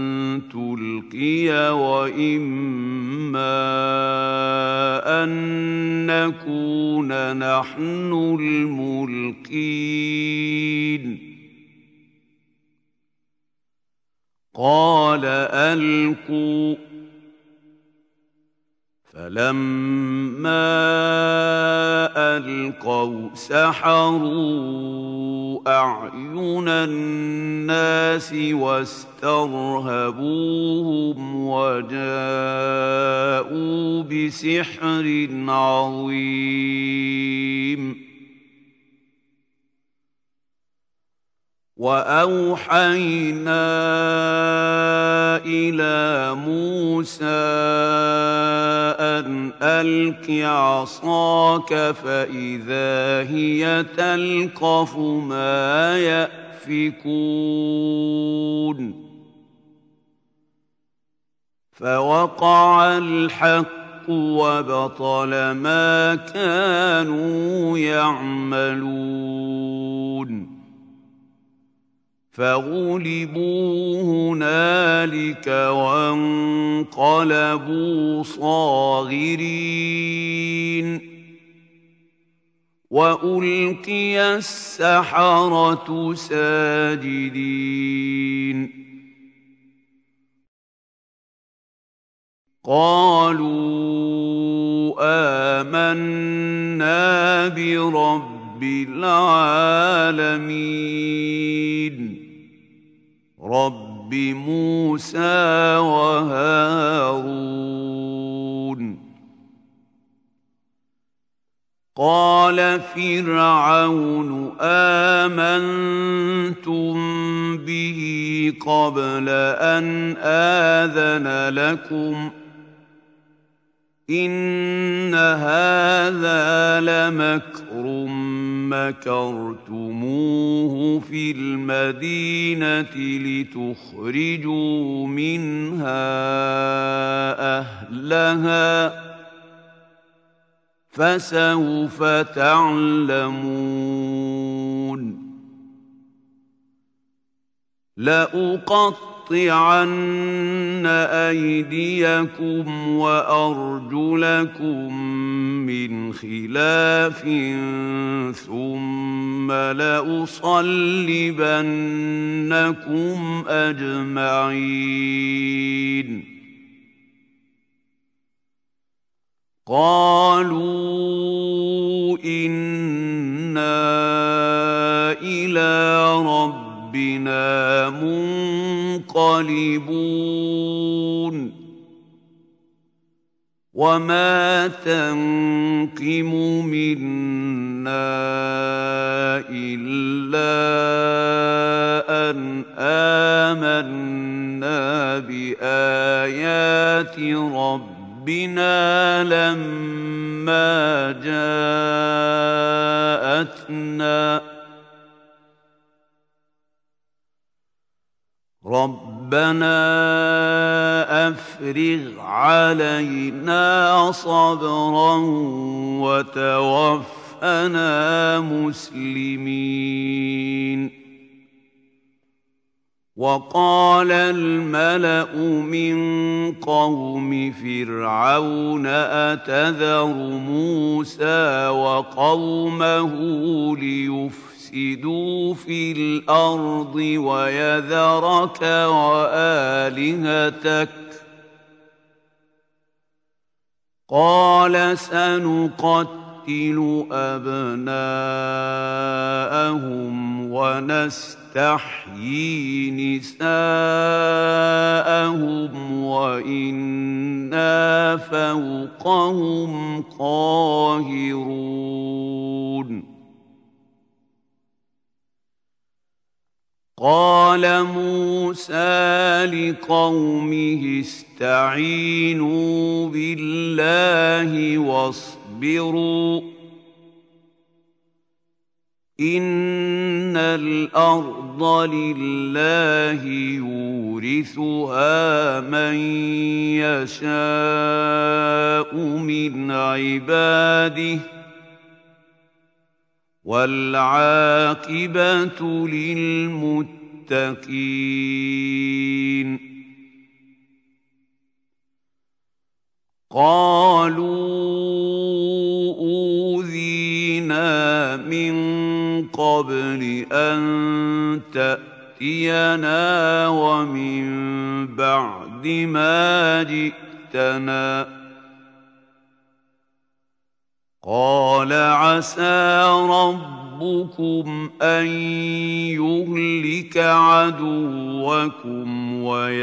تلقي وإما أن نكون نحن الملقين قال ألقوا فلما ألقوا سحروا أعين الناس واسترهبوهم وجاءوا بسحر عظيم وأوحينا إلى موسى أن ألق عصاك فإذا هي تلقف ما يأفكون فوقع الحق وبطل ما كانوا يعملون فغلبوا هنالك وانقلبوا صاغرين وألقي السحرة ساجدين قالوا آمنا برب العالمين رب موسى وهارون قال فرعون آمنتم به قبل أن آذن لكم إن هذا لمكر مكرتموه في المدينة لتخرجوا منها أهلها فسوف تعلمون لأقطعن أيديكم وأرجلكم من خلاف ثم لأصلبنكم أجمعين قالوا إنا إلى ربنا منقلبون وما تنقم منا إلا أن آمنا بآيات ربنا لما جاءتنا ربنا أفرغ علينا صبرا وتوفنا مسلمين وقال الملأ من قوم فرعون أتذر موسى وقومه ليفسدوا في الأرض ويذرك وآلهتك قال سنقتل أبناءهم ونستحيي نساءهم وإنا فوقهم قاهرون قال موسى لقومه استعينوا بالله واصبروا إن الأرض لله يورثها من يشاء من عباده والعاقبة للمتقين قالوا أوذينا من قبل أن تأتينا ومن بعد ما جئتنا قال عسى ربكم أن يهلك عدوكم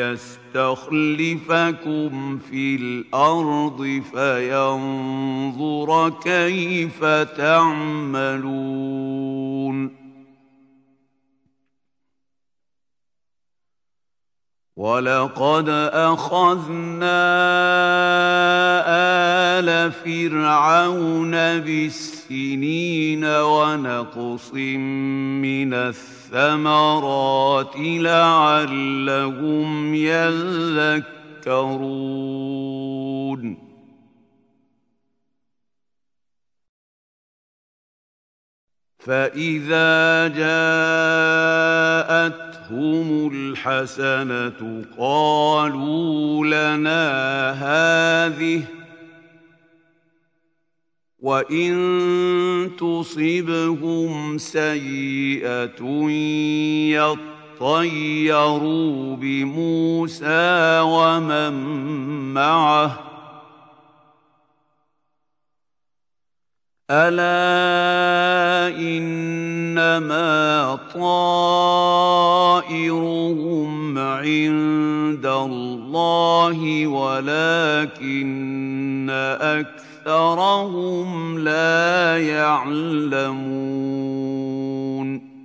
ويستخلفكم في الأرض فينظر كيف تعملون ولقد أخذنا آل فرعون بالسنين ونقص من الثمرات لعلهم يذكرون فإذا جاءتهم الحسنة قالوا لنا هذه، وإن تصبهم سيئة يطيروا بموسى ومن معه، ألا إنما طائرهم عند الله ولكن أكثرهم لا يعلمون.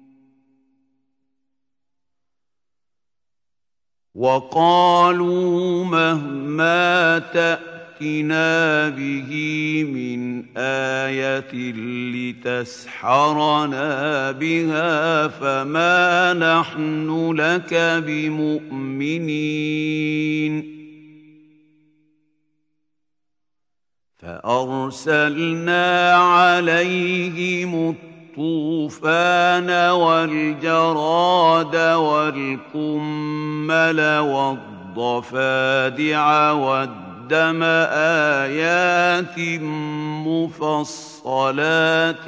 وقالوا مهما تأتنا به من آية لتسحرنا بها فما نحن لك بمؤمنين. فأرسلنا عليهم الطوفان والجراد والقمل والضفادع والدم آيات مفصلات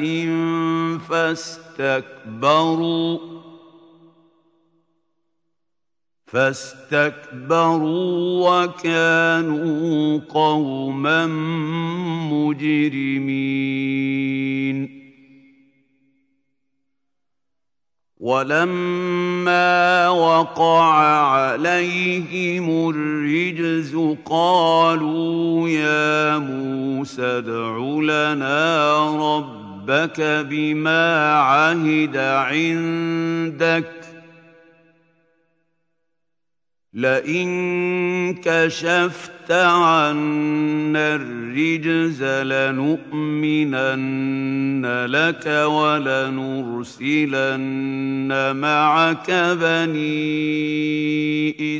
فاستكبروا وكانوا قوما مجرمين. ولما وقع عليهم الرجز قالوا يا موسى ادع لنا ربك بما عهد عندك لئن كشفت عنا الرجز لنؤمنن لك ولنرسلن معك بني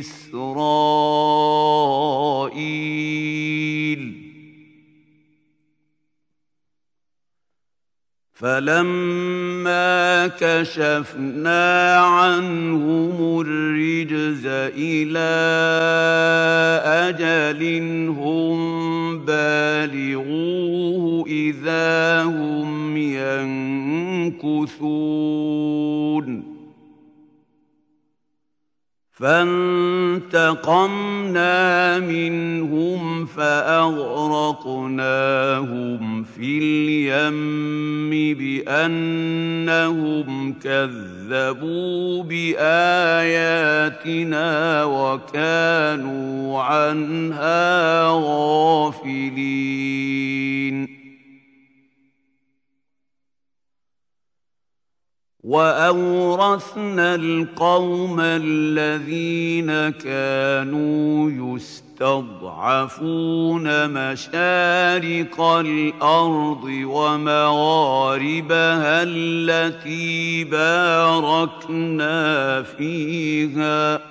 إسرائيل. فلما كشفنا عنهم الرجز إلى أجل هم بالغوه إذا هم ينكثون. فانتقمنا منهم فأغرقناهم في اليم بأنهم كذبوا بآياتنا وكانوا عنها غافلين. وأورثنا القوم الذين كانوا يستضعفون مشارق الأرض ومغاربها التي باركنا فيها،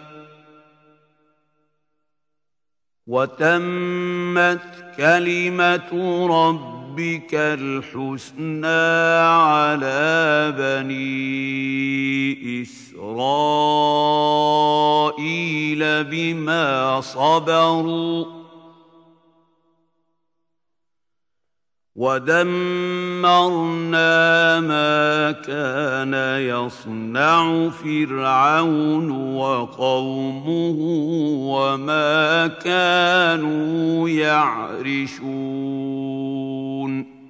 وتمت كلمة ربك الحسنى على بني إسرائيل بما صبروا، ودمرنا ما كان يصنع فرعون وقومه وما كانوا يعرشون.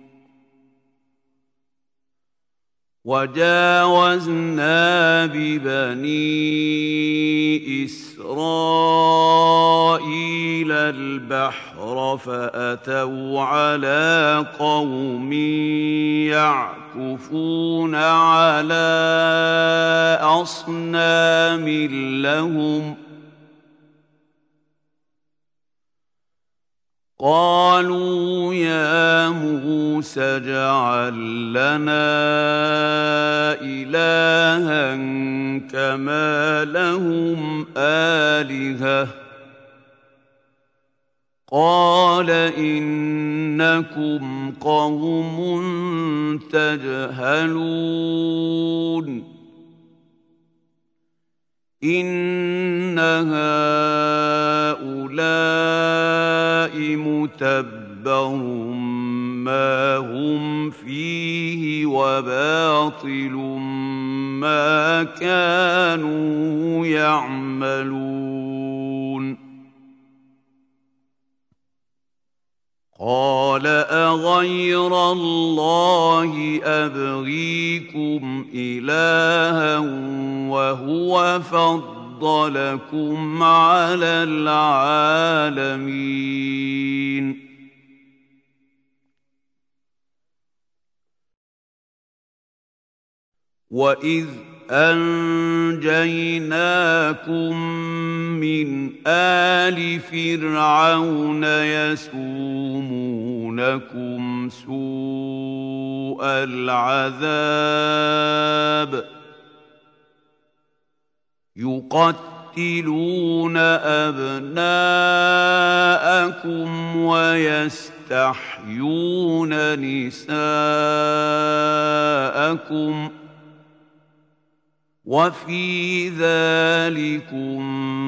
وجاوزنا ببني إسرائيل البحر فأتوا على قوم يعكفون على أصنام لهم، قالوا يا موسى اجعل لنا إلها كما لهم آلهة قال إنكم قوم تجهلون إن هؤلاء متبر ما هم فيه وباطل ما كانوا يعملون قال أغير الله أبغيكم إلها وهو فضلكم على العالمين وإذ أنجيناكم من آل فرعون يسومونكم سوء العذاب يقتلون أبناءكم ويستحيون نساءكم وفي ذلكم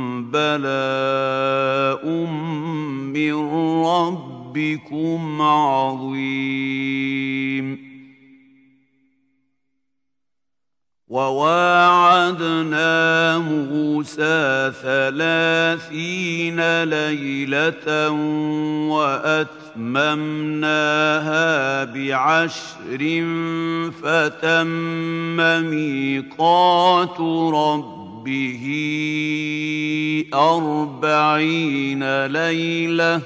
بلاء من ربكم عظيم وواعدنا موسى 30 ليلة وأتممناها ب10 فتم ميقات ربه 40 ليلة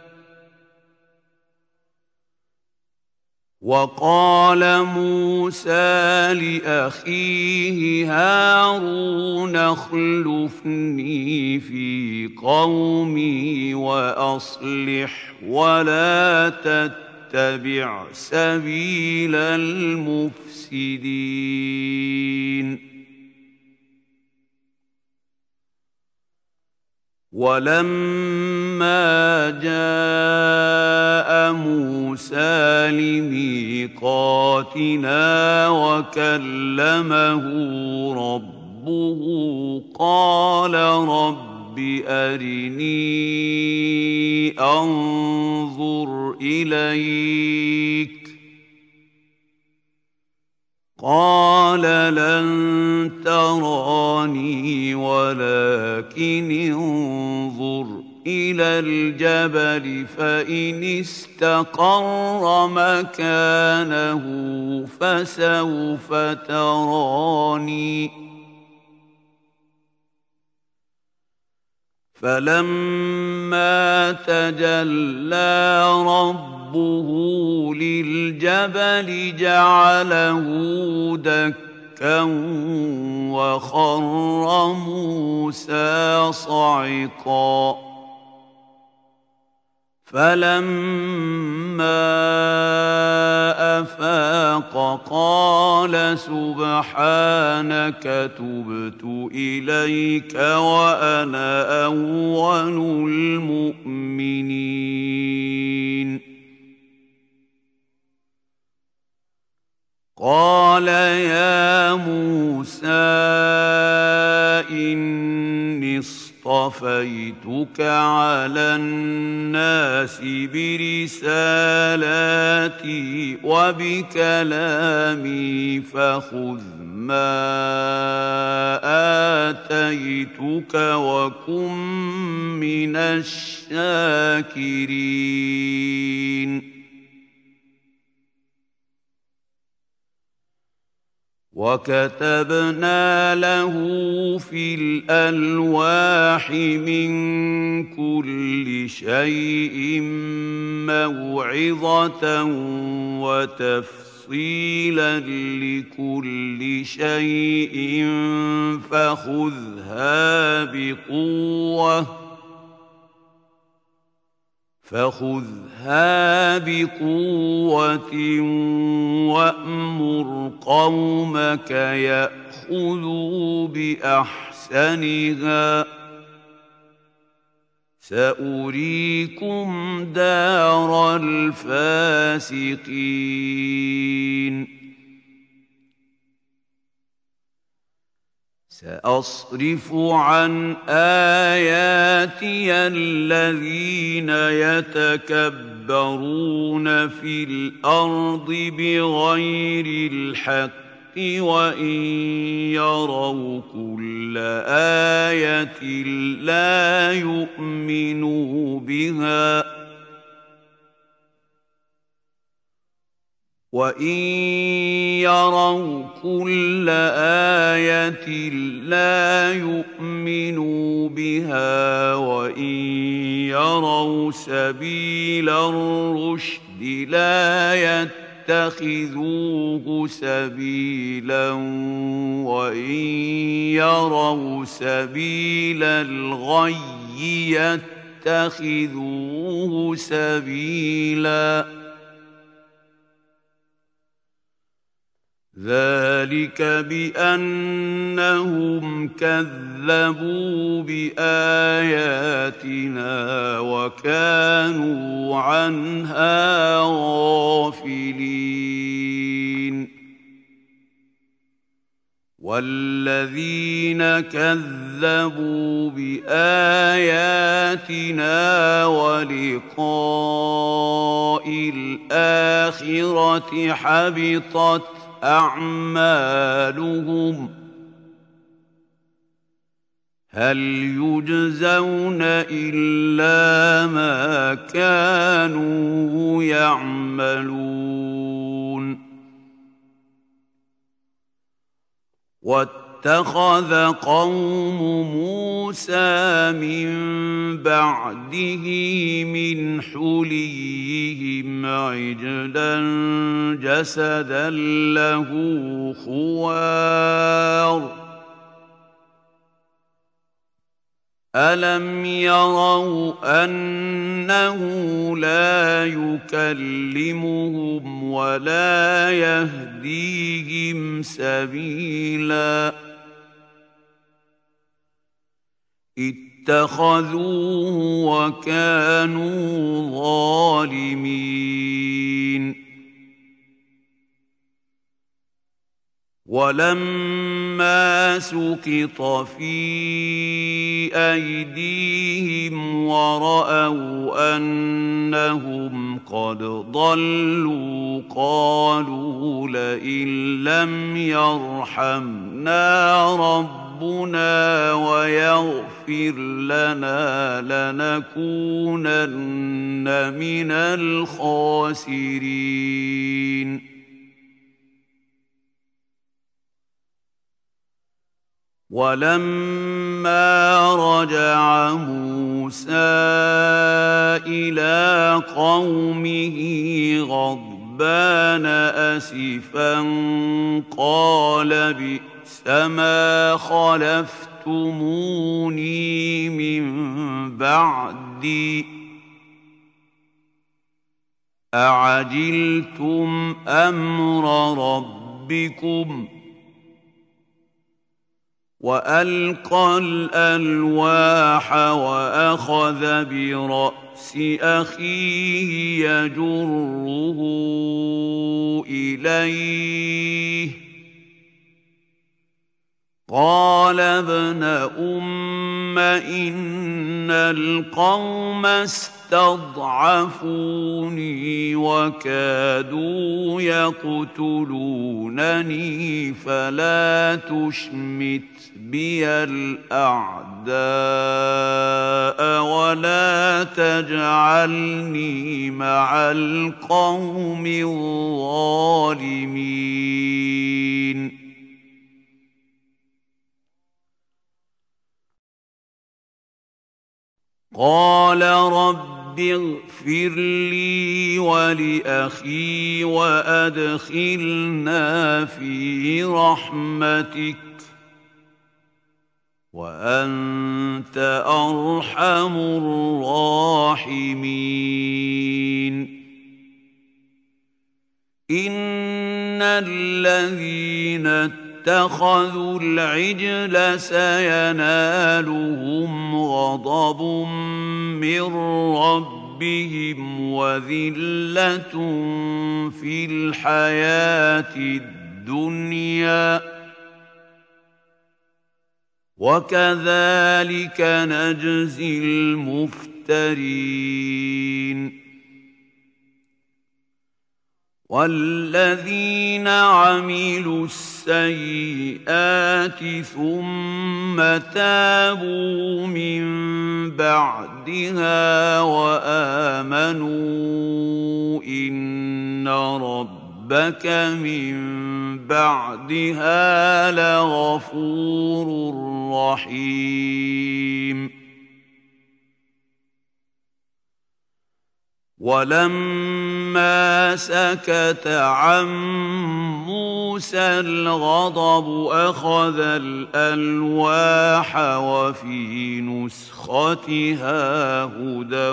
وقال موسى لأخيه هارون اخلفني في قومي وأصلح ولا تتبع سبيل المفسدين ولما جاء موسى لميقاتنا وكلمه ربه قال رب أرني أنظر إليك قال لن تراني ولكن انظر إلى الجبل فإن استقر مكانه فسوف تراني فلما تجلى ربه للجبل جعله دكا وخر موسى صعقا فلما أفاق قال سبحانك تبت إليك وأنا أول المؤمنين قال يا موسى إني اصطفيتك على الناس برسالاتي وبكلامي فخذ ما آتيتك وكن من الشاكرين وكتبنا له في الألواح من كل شيء موعظة وتفصيلا لكل شيء فخذها بقوة وأمر قومك يأخذوا بأحسنها سأريكم دار الفاسقين سأصرف عن آياتي الذين يتكبرون في الأرض بغير الحق وإن يروا كل آية لا يؤمنوا بها وإن يروا كل آية لا يؤمنوا بها وإن يروا سبيل الرشد لا يتخذوه سبيلا وإن يروا سبيل الغي يتخذوه سبيلا ذلك بأنهم كذبوا بآياتنا وكانوا عنها غافلين والذين كذبوا بآياتنا ولقاء الآخرة حبطت أعمالهم هل يجزون إلا ما كانوا يعملون واتخذ قوم موسى من بعده من حليهم عجلا جسدا له خوار ألم يروا أنه لا يكلمهم ولا يهديهم سبيلا اتخذوه وكانوا ظالمين ولما سقط في أيديهم ورأوا أنهم قد ضلوا قالوا لئن لم يرحمنا ربنا ويغفر لنا لنكونن من الخاسرين ولما رجع موسى إلى قومه غضبان أسفا قال بئس ما خلفتموني من بعدي أعجلتم أمر ربكم وألقى الألواح وأخذ برأس أخيه يجره إليه قال ابن أم إن القوم استضعفوني وكادوا يقتلونني فلا تشمت بي الأعداء ولا تجعلني مع القوم الظالمين قال رب اغفر لي ولأخي وأدخلنا في رحمتك وأنت أرحم الراحمين إن الذين اتخذوا العجل سينالهم غضب من ربهم وذلة في الحياة الدنيا وكذلك نجزي المفترين والذين عملوا السيئات ثم تابوا من بعدها وآمنوا إن ربك من بعدها لغفور رحيم ولما سكت عن موسى الغضب أخذ الألواح وفي نسختها هدى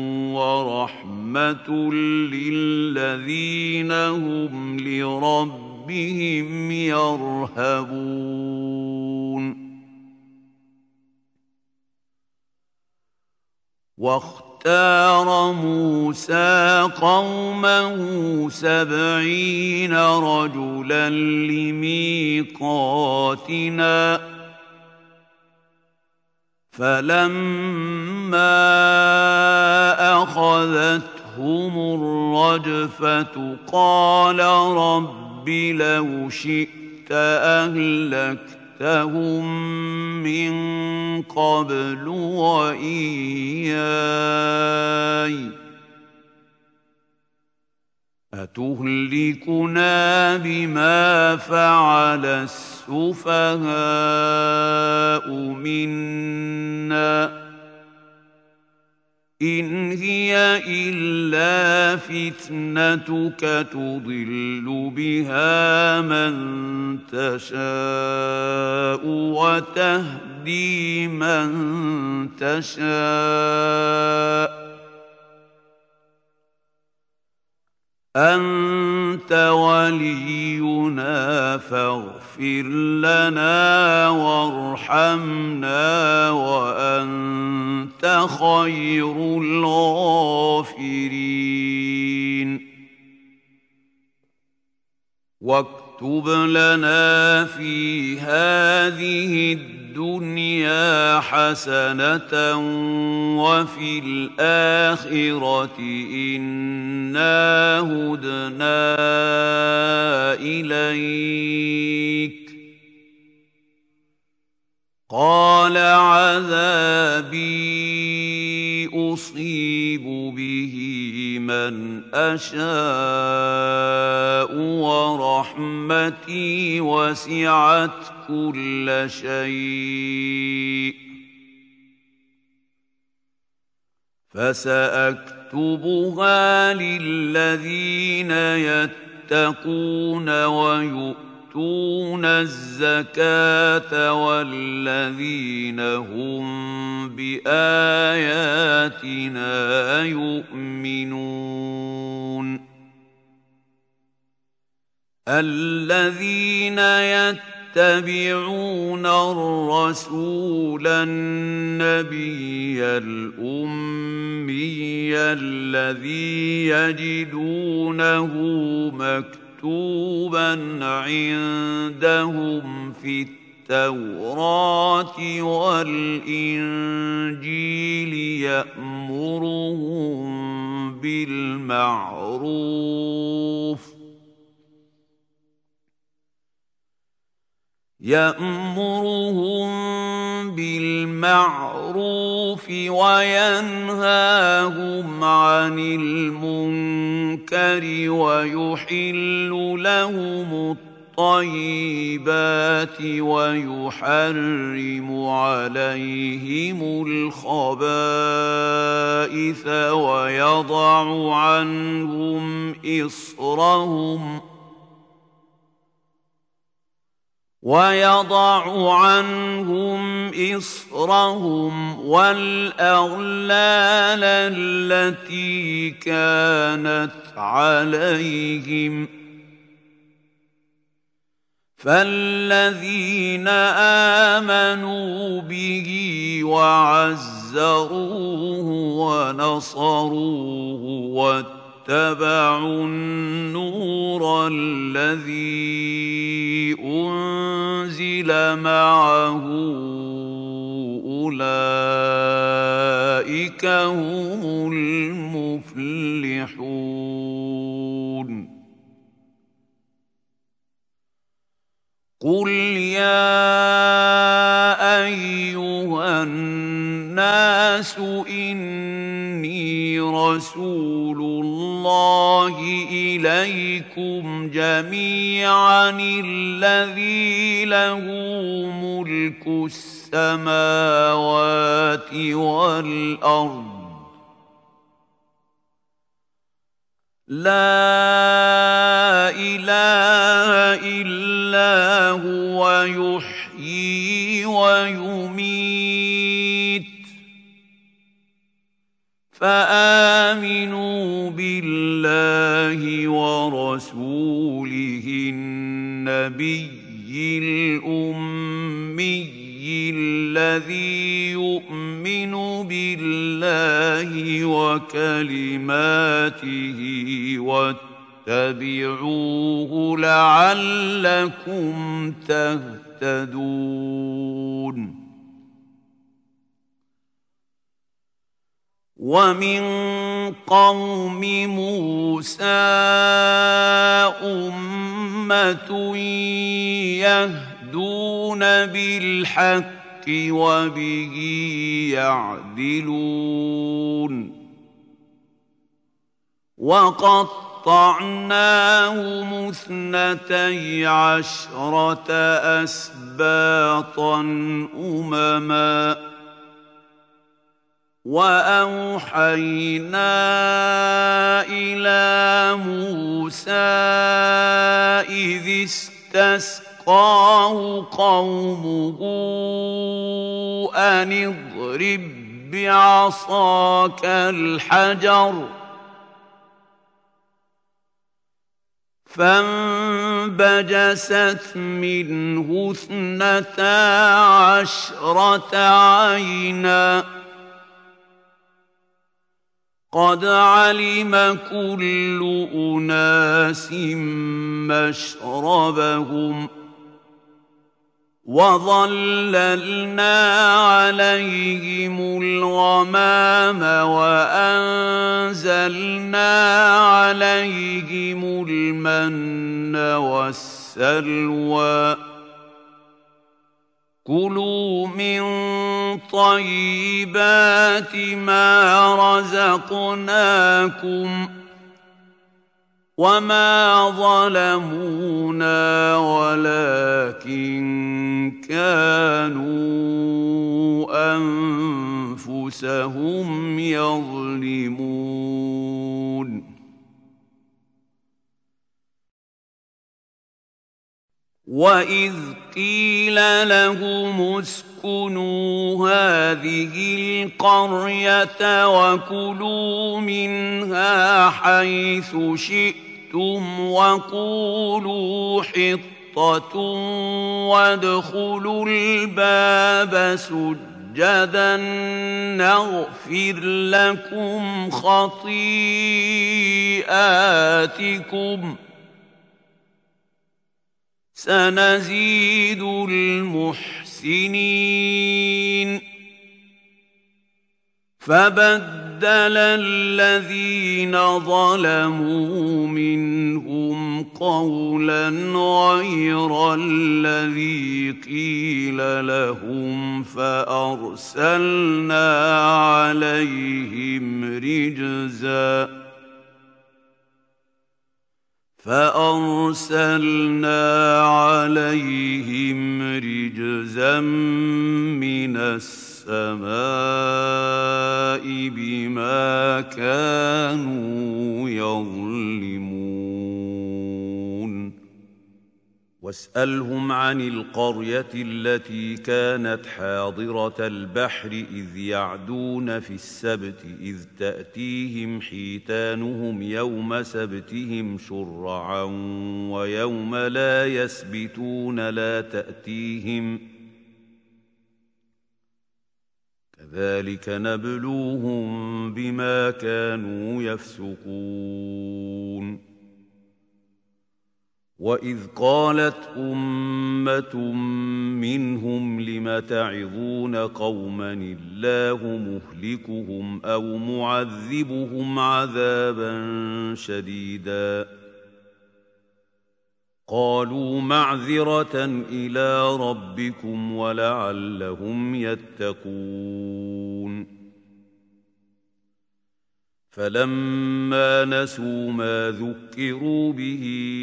ورحمة للذين هم لربهم يرهبون واختار موسى قومه 70 رجلا لميقاتنا فلما أخذتهم الرجفة قال رب لو شئت أهلكتهم من قبل وإياي أتهلكنا بما فعل السفهاء منا إن هي إلا فتنتك تضل بها من تشاء وتهدي من تشاء أنت ولينا فاغفر لنا وارحمنا وأنت خير الغافرين واكتب لنا في هذه الدنيا حسنة وفي الآخرة إنا هدنا إليك قال عذابي أصيب به من أشاء ورحمتي وسعت كل شيء فسأكتبها للذين يتقون ويؤتون الزكاة والذين هم بآياتنا يؤمنون الذين يتبعون الرسول النبي الأمي الذي يجدونه مكتوبا عندهم في التوراة والإنجيل يأمرهم بالمعروف وينهاهم عن المنكر ويحل لهم الطيبات ويحرم عليهم الخبائث ويضع عنهم إصرهم والأغلال التي كانت عليهم فالذين آمنوا به وعزروه ونصروه واتبعوا النور الذي أنزل معه أولئك هم المفلحون. قل يا أيها الناس إني رسول الله إليكم جميعا الذي له ملك السماوات والأرض لا إله إلا هو يحيي ويميت فآمنوا بالله ورسوله النبي الأمي الذي يؤمن بالله وكلماته واتبعوه لعلكم تهتدون. ومن قوم موسى أمة يهدون بالحق وبه يعدلون. وقطعناهم 12 أسباطا أمما وأوحينا إلى موسى إذ استسقاه قومه أن اضرب بعصاك الحجر فانبجست منه 12 عينا قد علم كل أناس مشربهم وظللنا عليهم الغمام وأنزلنا عليهم المن والسلوى كلوا من طيبات ما رزقناكم وما ظلمونا ولكن كانوا أنفسهم يظلمون. وإذ قيل لهم اسكنوا هذه القرية وكلوا منها حيث شئتم وقولوا حطة وادخلوا الباب سجدا نغفر لكم خطيئاتكم سنزيد المحسنين. فبدل الذين ظلموا منهم قولا غير الذي قيل لهم فأرسلنا عليهم رجزا من السماء بما كانوا يظلمون. واسألهم عن القرية التي كانت حاضرة البحر إذ يعدون في السبت إذ تأتيهم حيتانهم يوم سبتهم شرعا ويوم لا يسبتون لا تأتيهم كذلك نبلوهم بما كانوا يفسقون وإذ قالت أمة منهم لم تعظون قوما الله مهلكهم أو معذبهم عذابا شديدا قالوا معذرة إلى ربكم ولعلهم يتقون فلما نسوا ما ذكروا به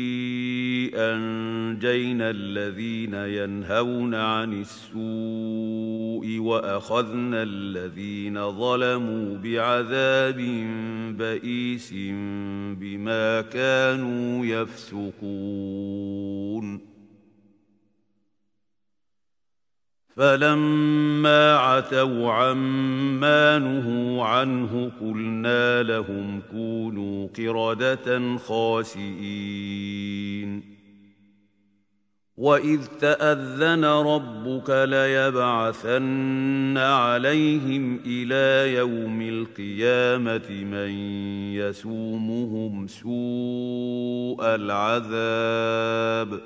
أنجينا الذين ينهون عن السوء وأخذنا الذين ظلموا بعذاب بئيس بما كانوا يفسقون فلما عتوا عما نهوا عنه قلنا لهم كونوا قردة خاسئين وإذ تأذن ربك ليبعثن عليهم إلى يوم القيامة من يسومهم سوء العذاب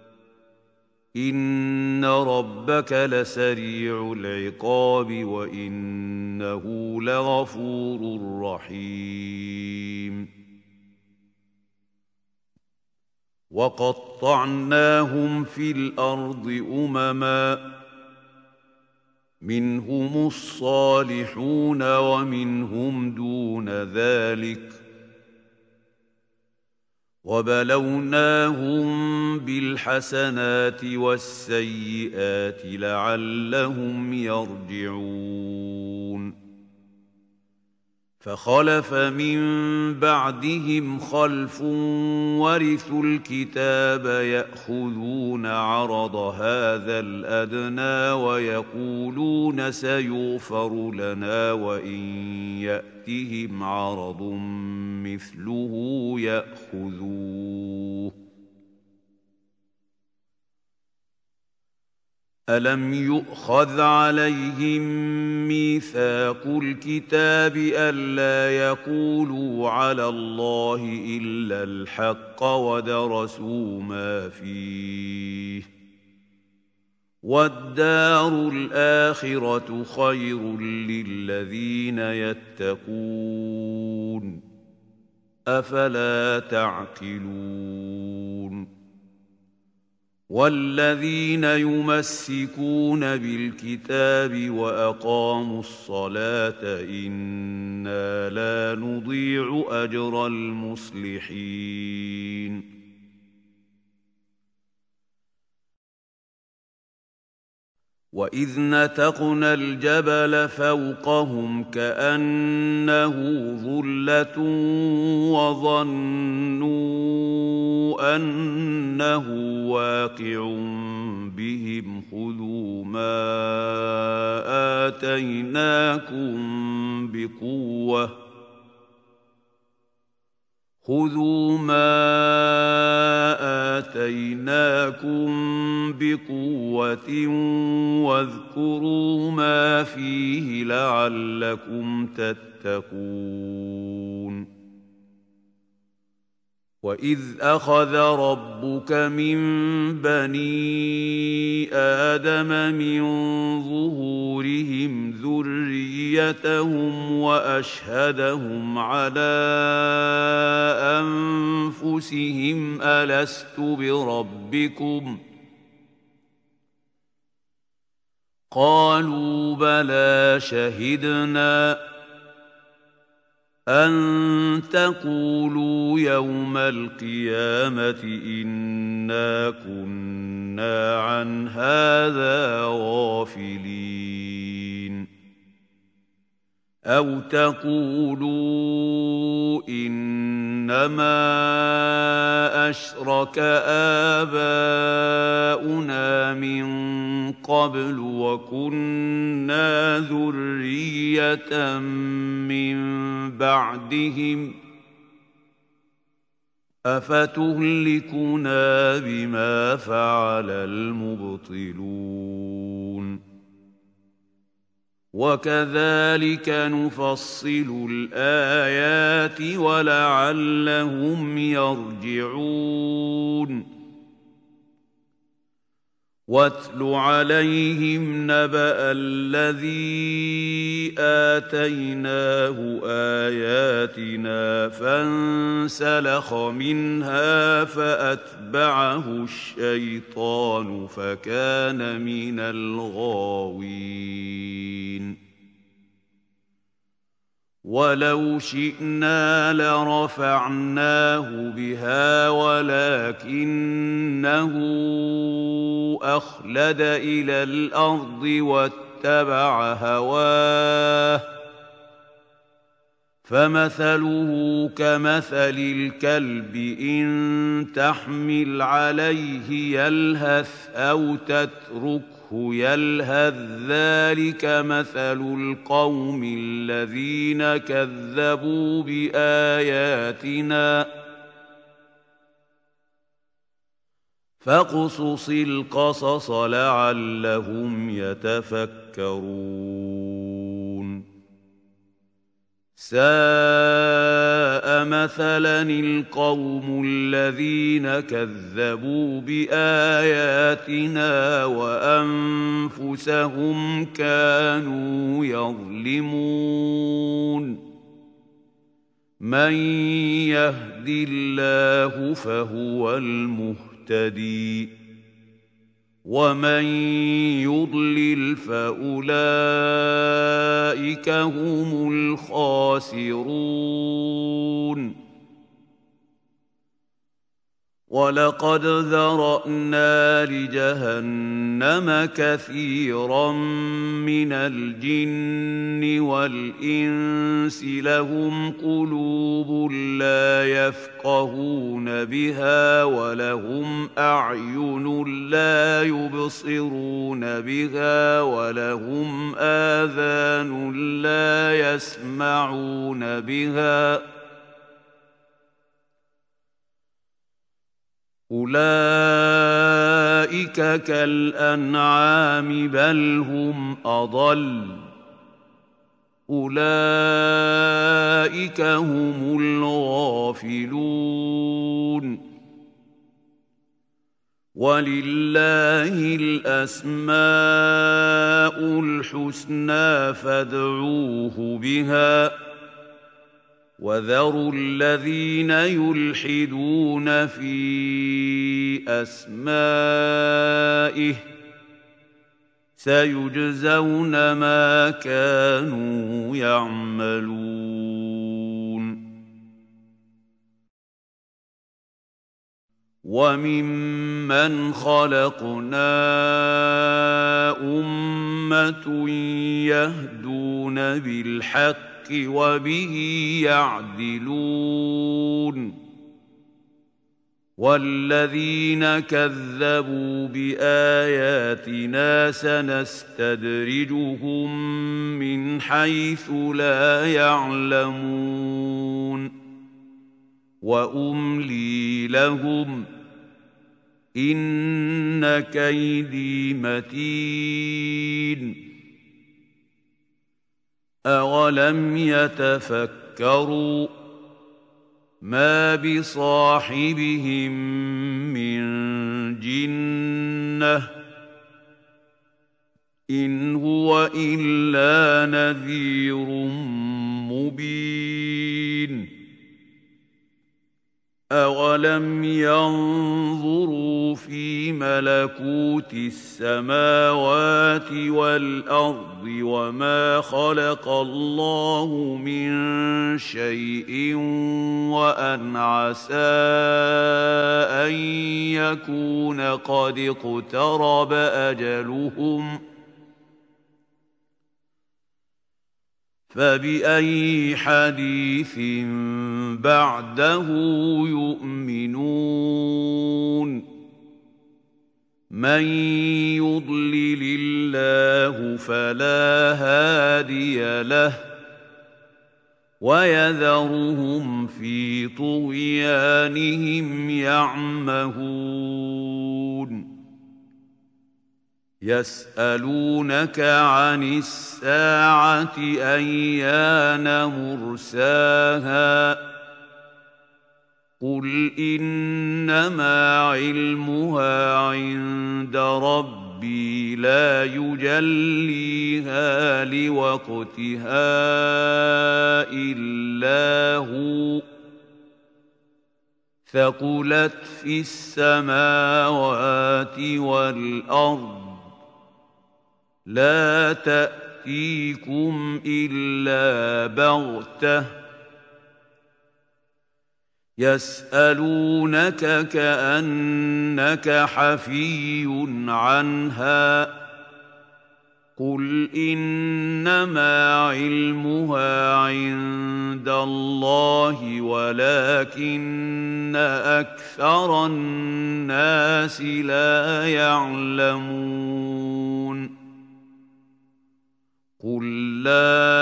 إن ربك لسريع العقاب وإنه لغفور رحيم وقطعناهم في الأرض أمما منهم الصالحون ومنهم دون ذلك وبلوناهم بالحسنات والسيئات لعلهم يرجعون فخلف من بعدهم خلف ورثوا الكتاب يأخذون عرض هذا الأدنى ويقولون سيغفر لنا وإن يأتهم عرض مثله يأخذوه ألم يؤخذ عليهم ميثاق الكتاب ألا يقولوا على الله إلا الحق ودرسوا ما فيه والدار الآخرة خير للذين يتقون أفلا تعقلون والذين يمسكون بالكتاب وأقاموا الصلاة إنا لا نضيع أجر المصلحين وإذ نتقنا الجبل فوقهم كأنه ظلة وظنوا أنه واقع بهم خذوا ما آتيناكم بقوة واذكروا ما فيه لعلكم تتقون وإذ أخذ ربك من بني آدم من ظهورهم ذريتهم وأشهدهم على أنفسهم ألست بربكم قالوا بلى شهدنا أن تقولوا يوم القيامة إنا كنا عن هذا غافلين أَوْ تَقُولُوا إِنَّمَا أَشْرَكَ آبَاؤُنَا مِن قَبْلُ وَكُنَّا ذُرِّيَّةً مِّن بَعْدِهِمْ ۖ أَفَتُهْلِكُنَا بِمَا فَعَلَ الْمُبْطِلُونَ وَكَذَلِكَ نُفَصِّلُ الْآيَاتِ وَلَعَلَّهُمْ يَرْجِعُونَ وَاتْلُ عَلَيْهِمْ نَبَأَ الَّذِي آتَيْنَاهُ آيَاتِنَا فَانسَلَخَ مِنْهَا فَأَتْبَعَهُ الشَّيْطَانُ فَكَانَ مِنَ الْغَاوِينَ وَلَوْ شِئْنَا لَرَفَعْنَاهُ بِهَا وَلَكِنَّهُ أَخْلَدَ إِلَى الْأَرْضِ وَاتَّبَعَ هَوَاهُ فَمَثَلُهُ كَمَثَلِ الْكَلْبِ إِن تَحْمِلْ عَلَيْهِ يَلْهَثْ أَوْ تَتْرُكْهُ يَلْهَثْ ذَلِكَ مَثَلُ الْقَوْمِ الَّذِينَ كَذَّبُوا بِآيَاتِنَا فَاقْصُصِ الْقَصَصَ لَعَلَّهُمْ يَتَفَكَّرُونَ سَاءَ مَثَلًا الْقَوْمُ الَّذِينَ كَذَّبُوا بِآيَاتِنَا وَأَنفُسَهُمْ كَانُوا يَظْلِمُونَ مَن يَهْدِ اللَّهُ فَهُوَ الْمُهْتَدِي وَمَن يُضْلِلْ فَأُولَٰئِكَ هُمُ الْخَاسِرُونَ وَلَقَدْ ذَرَأْنَا لِجَهَنَّمَ كَثِيرًا مِّنَ الْجِنِّ وَالْإِنسِ لَهُمْ قُلُوبٌ لَّا يَفْقَهُونَ بِهَا وَلَهُمْ أَعْيُنٌ لَّا يُبْصِرُونَ بِهَا وَلَهُمْ آذَانٌ لَّا يَسْمَعُونَ بِهَا أُولَٰئِكَ كَالْأَنْعَامِ بَلْ هُمْ أَضَلُّ أُولَٰئِكَ هُمُ الْغَافِلُونَ وَلِلَّهِ الْأَسْمَاءُ الْحُسْنَىٰ فَادْعُوهُ بِهَا وَذَرُوا الَّذِينَ يُلْحِدُونَ فِي أَسْمَائِهِ سَيُجْزَوْنَ مَا كَانُوا يَعْمَلُونَ وَمِمَّنْ خَلَقْنَا أُمَّةٌ يَهْدُونَ بِالْحَقِّ وَبِهِ يَعْدِلُونَ وَالَّذِينَ كَذَّبُوا بِآيَاتِنَا سَنَسْتَدْرِجُهُم مِّنْ حَيْثُ لَا يَعْلَمُونَ وَأُمْلِي لَهُمْ إِنَّ كَيْدِي مَتِينٌ أَوَلَمْ يَتَفَكَّرُوا مَا بِصَاحِبِهِم مِّن جِنَّةٍ إِنْ هُوَ إِلَّا نَذِيرٌ مُّبِينٌ أَوَلَمْ يَنظُرُوا فِي مَلَكُوتِ السَّمَاوَاتِ وَالْأَرْضِ وَمَا خَلَقَ اللَّهُ مِن شَيْءٍ وَأَنْ عَسَىٰ أَن يَكُونَ قَدِ اقْتَرَبَ أَجَلُهُمْ فبأي حديث بعده يؤمنون من يضلل الله فلا هادي له ويذرهم في طغيانهم يعمهون يسألونك عن الساعة أيان مرساها قل إنما علمها عند ربي لا يجليها لوقتها إلا هو ثقلت في السماوات والأرض لا تأتيكم إلا بغتة يسألونك كأنك حفي عنها قل إنما علمها عند الله ولكن أكثر الناس لا يعلمون قل لا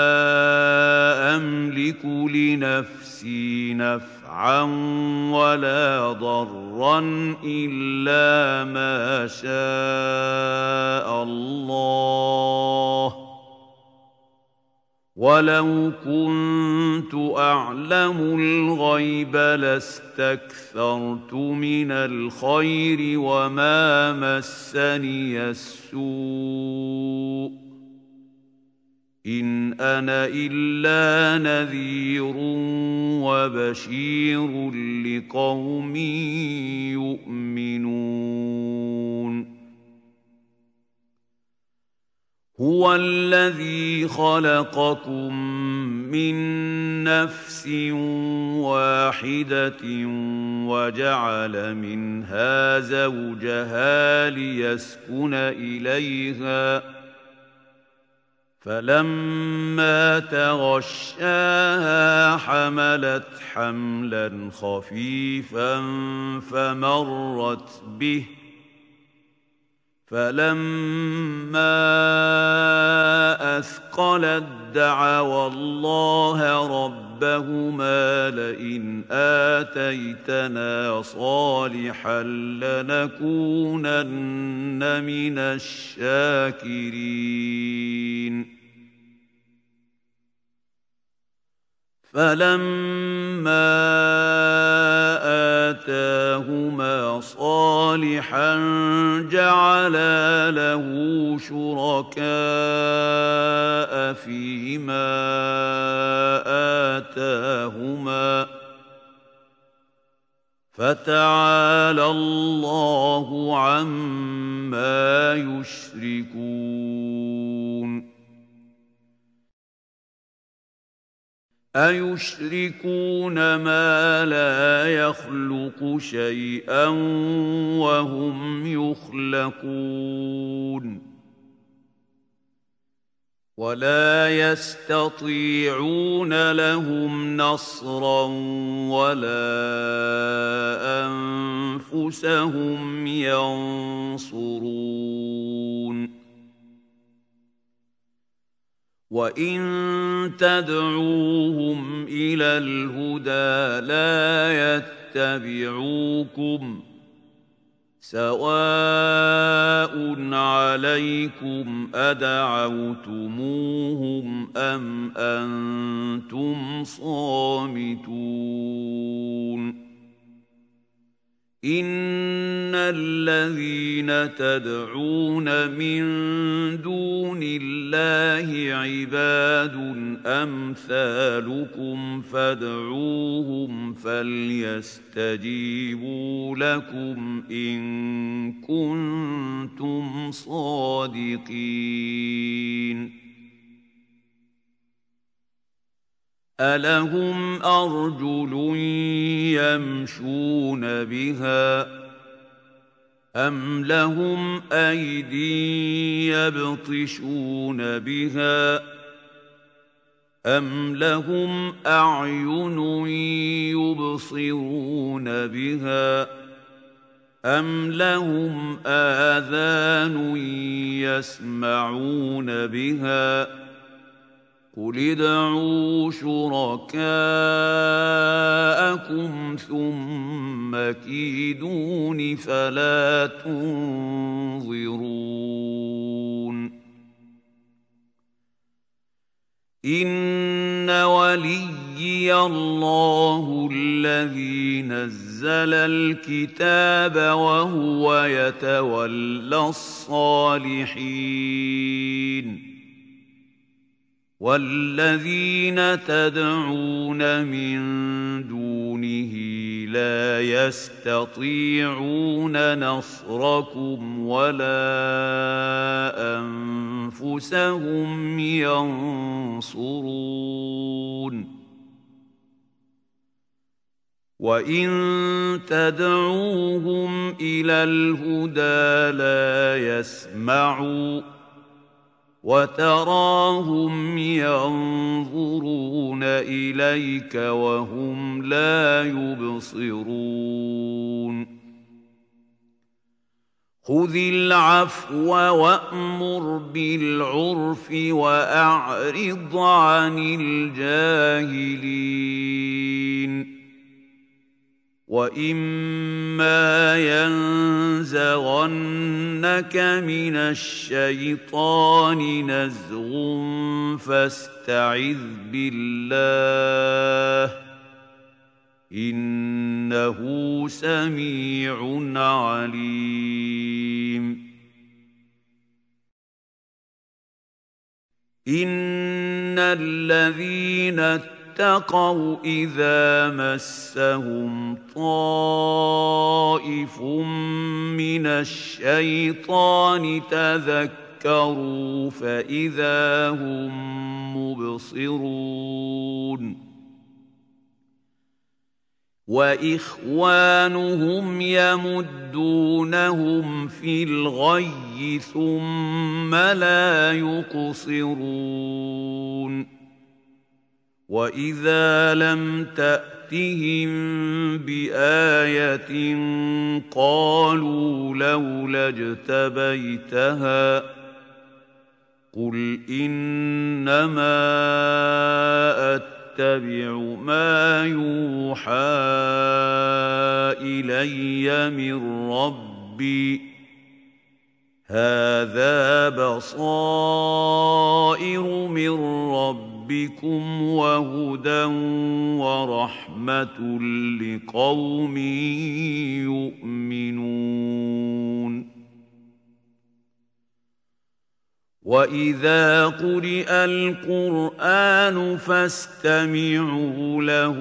أملك لنفسي نفعا ولا ضرا إلا ما شاء الله ولو كنت أعلم الغيب لاستكثرت من الخير وما مسني السوء إن أنا إلا نذير وبشير لقوم يؤمنون هو الذي خلقكم من نفس واحدة وجعل منها زوجها ليسكن إليها فلما تغشاها حملت حملا خفيفا فمرت به فلما أثقلت دعوا الله ربهما لئن آتيتنا صالحا لنكونن من الشاكرين فلما آتاهما صالحا جعلا له شركاء فيما آتاهما فتعالى الله عما يشركون أيشركون ما لا يخلق شيئا وهم يخلقون ولا يستطيعون لهم نصرا ولا أنفسهم ينصرون وإن تدعوهم إلى الهدى لا يتبعوكم سواء عليكم أدعوتموهم أم أنتم صامتون إن الذين تدعون من دون الله عباد أمثالكم فادعوهم فليستجيبوا لكم إن كنتم صادقين ألهم أرجل يمشون بها أم لهم أيدي يبطشون بها أَمْ لَهُمْ أَعْيُنٌ يُبْصِرُونَ بِهَا أَمْ لَهُمْ آذَانٌ يَسْمَعُونَ بِهَا قُلِ ادْعُوا شُرَكَاءَكُمْ ثُمَّ كِيدُونِ فَلَا تُنظِرُونِ إِنَّ وَلِيِّيَ اللَّهُ الَّذِي نَزَّلَ الْكِتَابَ وَهُوَ يَتَوَلَّى الصَّالِحِينَ وَالَّذِينَ تَدْعُونَ مِن دُونِهِ لَا يَسْتَطِيعُونَ نَصْرَكُمْ وَلَا أَنفُسَهُمْ يَنصُرُونَ وَإِن تَدْعُوهُمْ إِلَى الْهُدَىٰ لَا يَسْمَعُوا وَتَرَاهُمْ يَنظُرُونَ إِلَيْكَ وَهُمْ لَا يُبْصِرُونَ خُذِ الْعَفْوَ وَأْمُرْ بِالْعُرْفِ وَأَعْرِضْ عَنِ الْجَاهِلِينَ وَإِمَّا يَنزَغَنَّكَ مِنَ الشَّيْطَانِ نَزْغٌ فَاسْتَعِذْ بِاللَّهِ إِنَّهُ سَمِيعٌ عَلِيمٌ إِنَّ الَّذِينَ اتَّقَوْا إِذَا مَسَّهُمْ طَائِفٌ مِّنَ الشَّيْطَانِ تَذَكَّرُوا فَإِذَا هُم مُّبْصِرُونَ وَإِخْوَانُهُمْ يَمُدُّونَهُمْ فِي الْغَيِّ ثُمَّ لَا يُقْصِرُونَ وَإِذَا لَمْ تَأْتِهِم بِآيَةٍ قَالُوا لَوْلَا اجْتَبَيْتَهَا قُلْ إِنَّمَا أَتَّبِعُ مَا يُوحَىٰ إِلَيَّ مِن رَّبِّي هَٰذَا بَصَائِرُ مِن رَّبِّكُمْ وَهُدًى وَرَحْمَةٌ لِّقَوْمٍ يُؤْمِنُونَ وَإِذَا قُرِئَ الْقُرْآنُ فَاسْتَمِعُوا لَهُ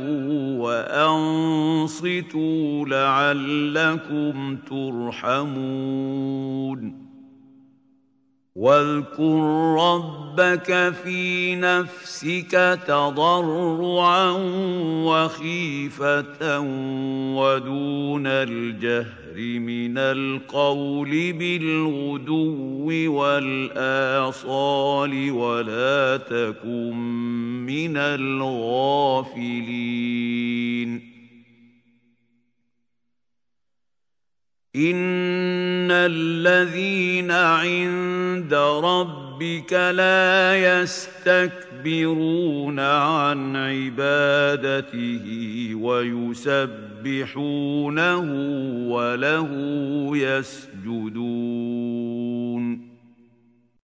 وَأَنصِتُوا لَعَلَّكُمْ تُرْحَمُونَ وَاذْكُر رَّبَّكَ فِي نَفْسِكَ تَضَرُّعًا وَخِيفَةً وَدُونَ الْجَهْرِ مِنَ الْقَوْلِ بِالْغُدُوِّ وَالْآصَالِ وَلَا تَكُن مِّنَ الْغَافِلِينَ إِنَّ الَّذِينَ عِندَ رَبِّكَ لَا يَسْتَكْبِرُونَ عَنْ عِبَادَتِهِ وَيُسَبِّحُونَهُ وَلَهُ يَسْجُدُونَ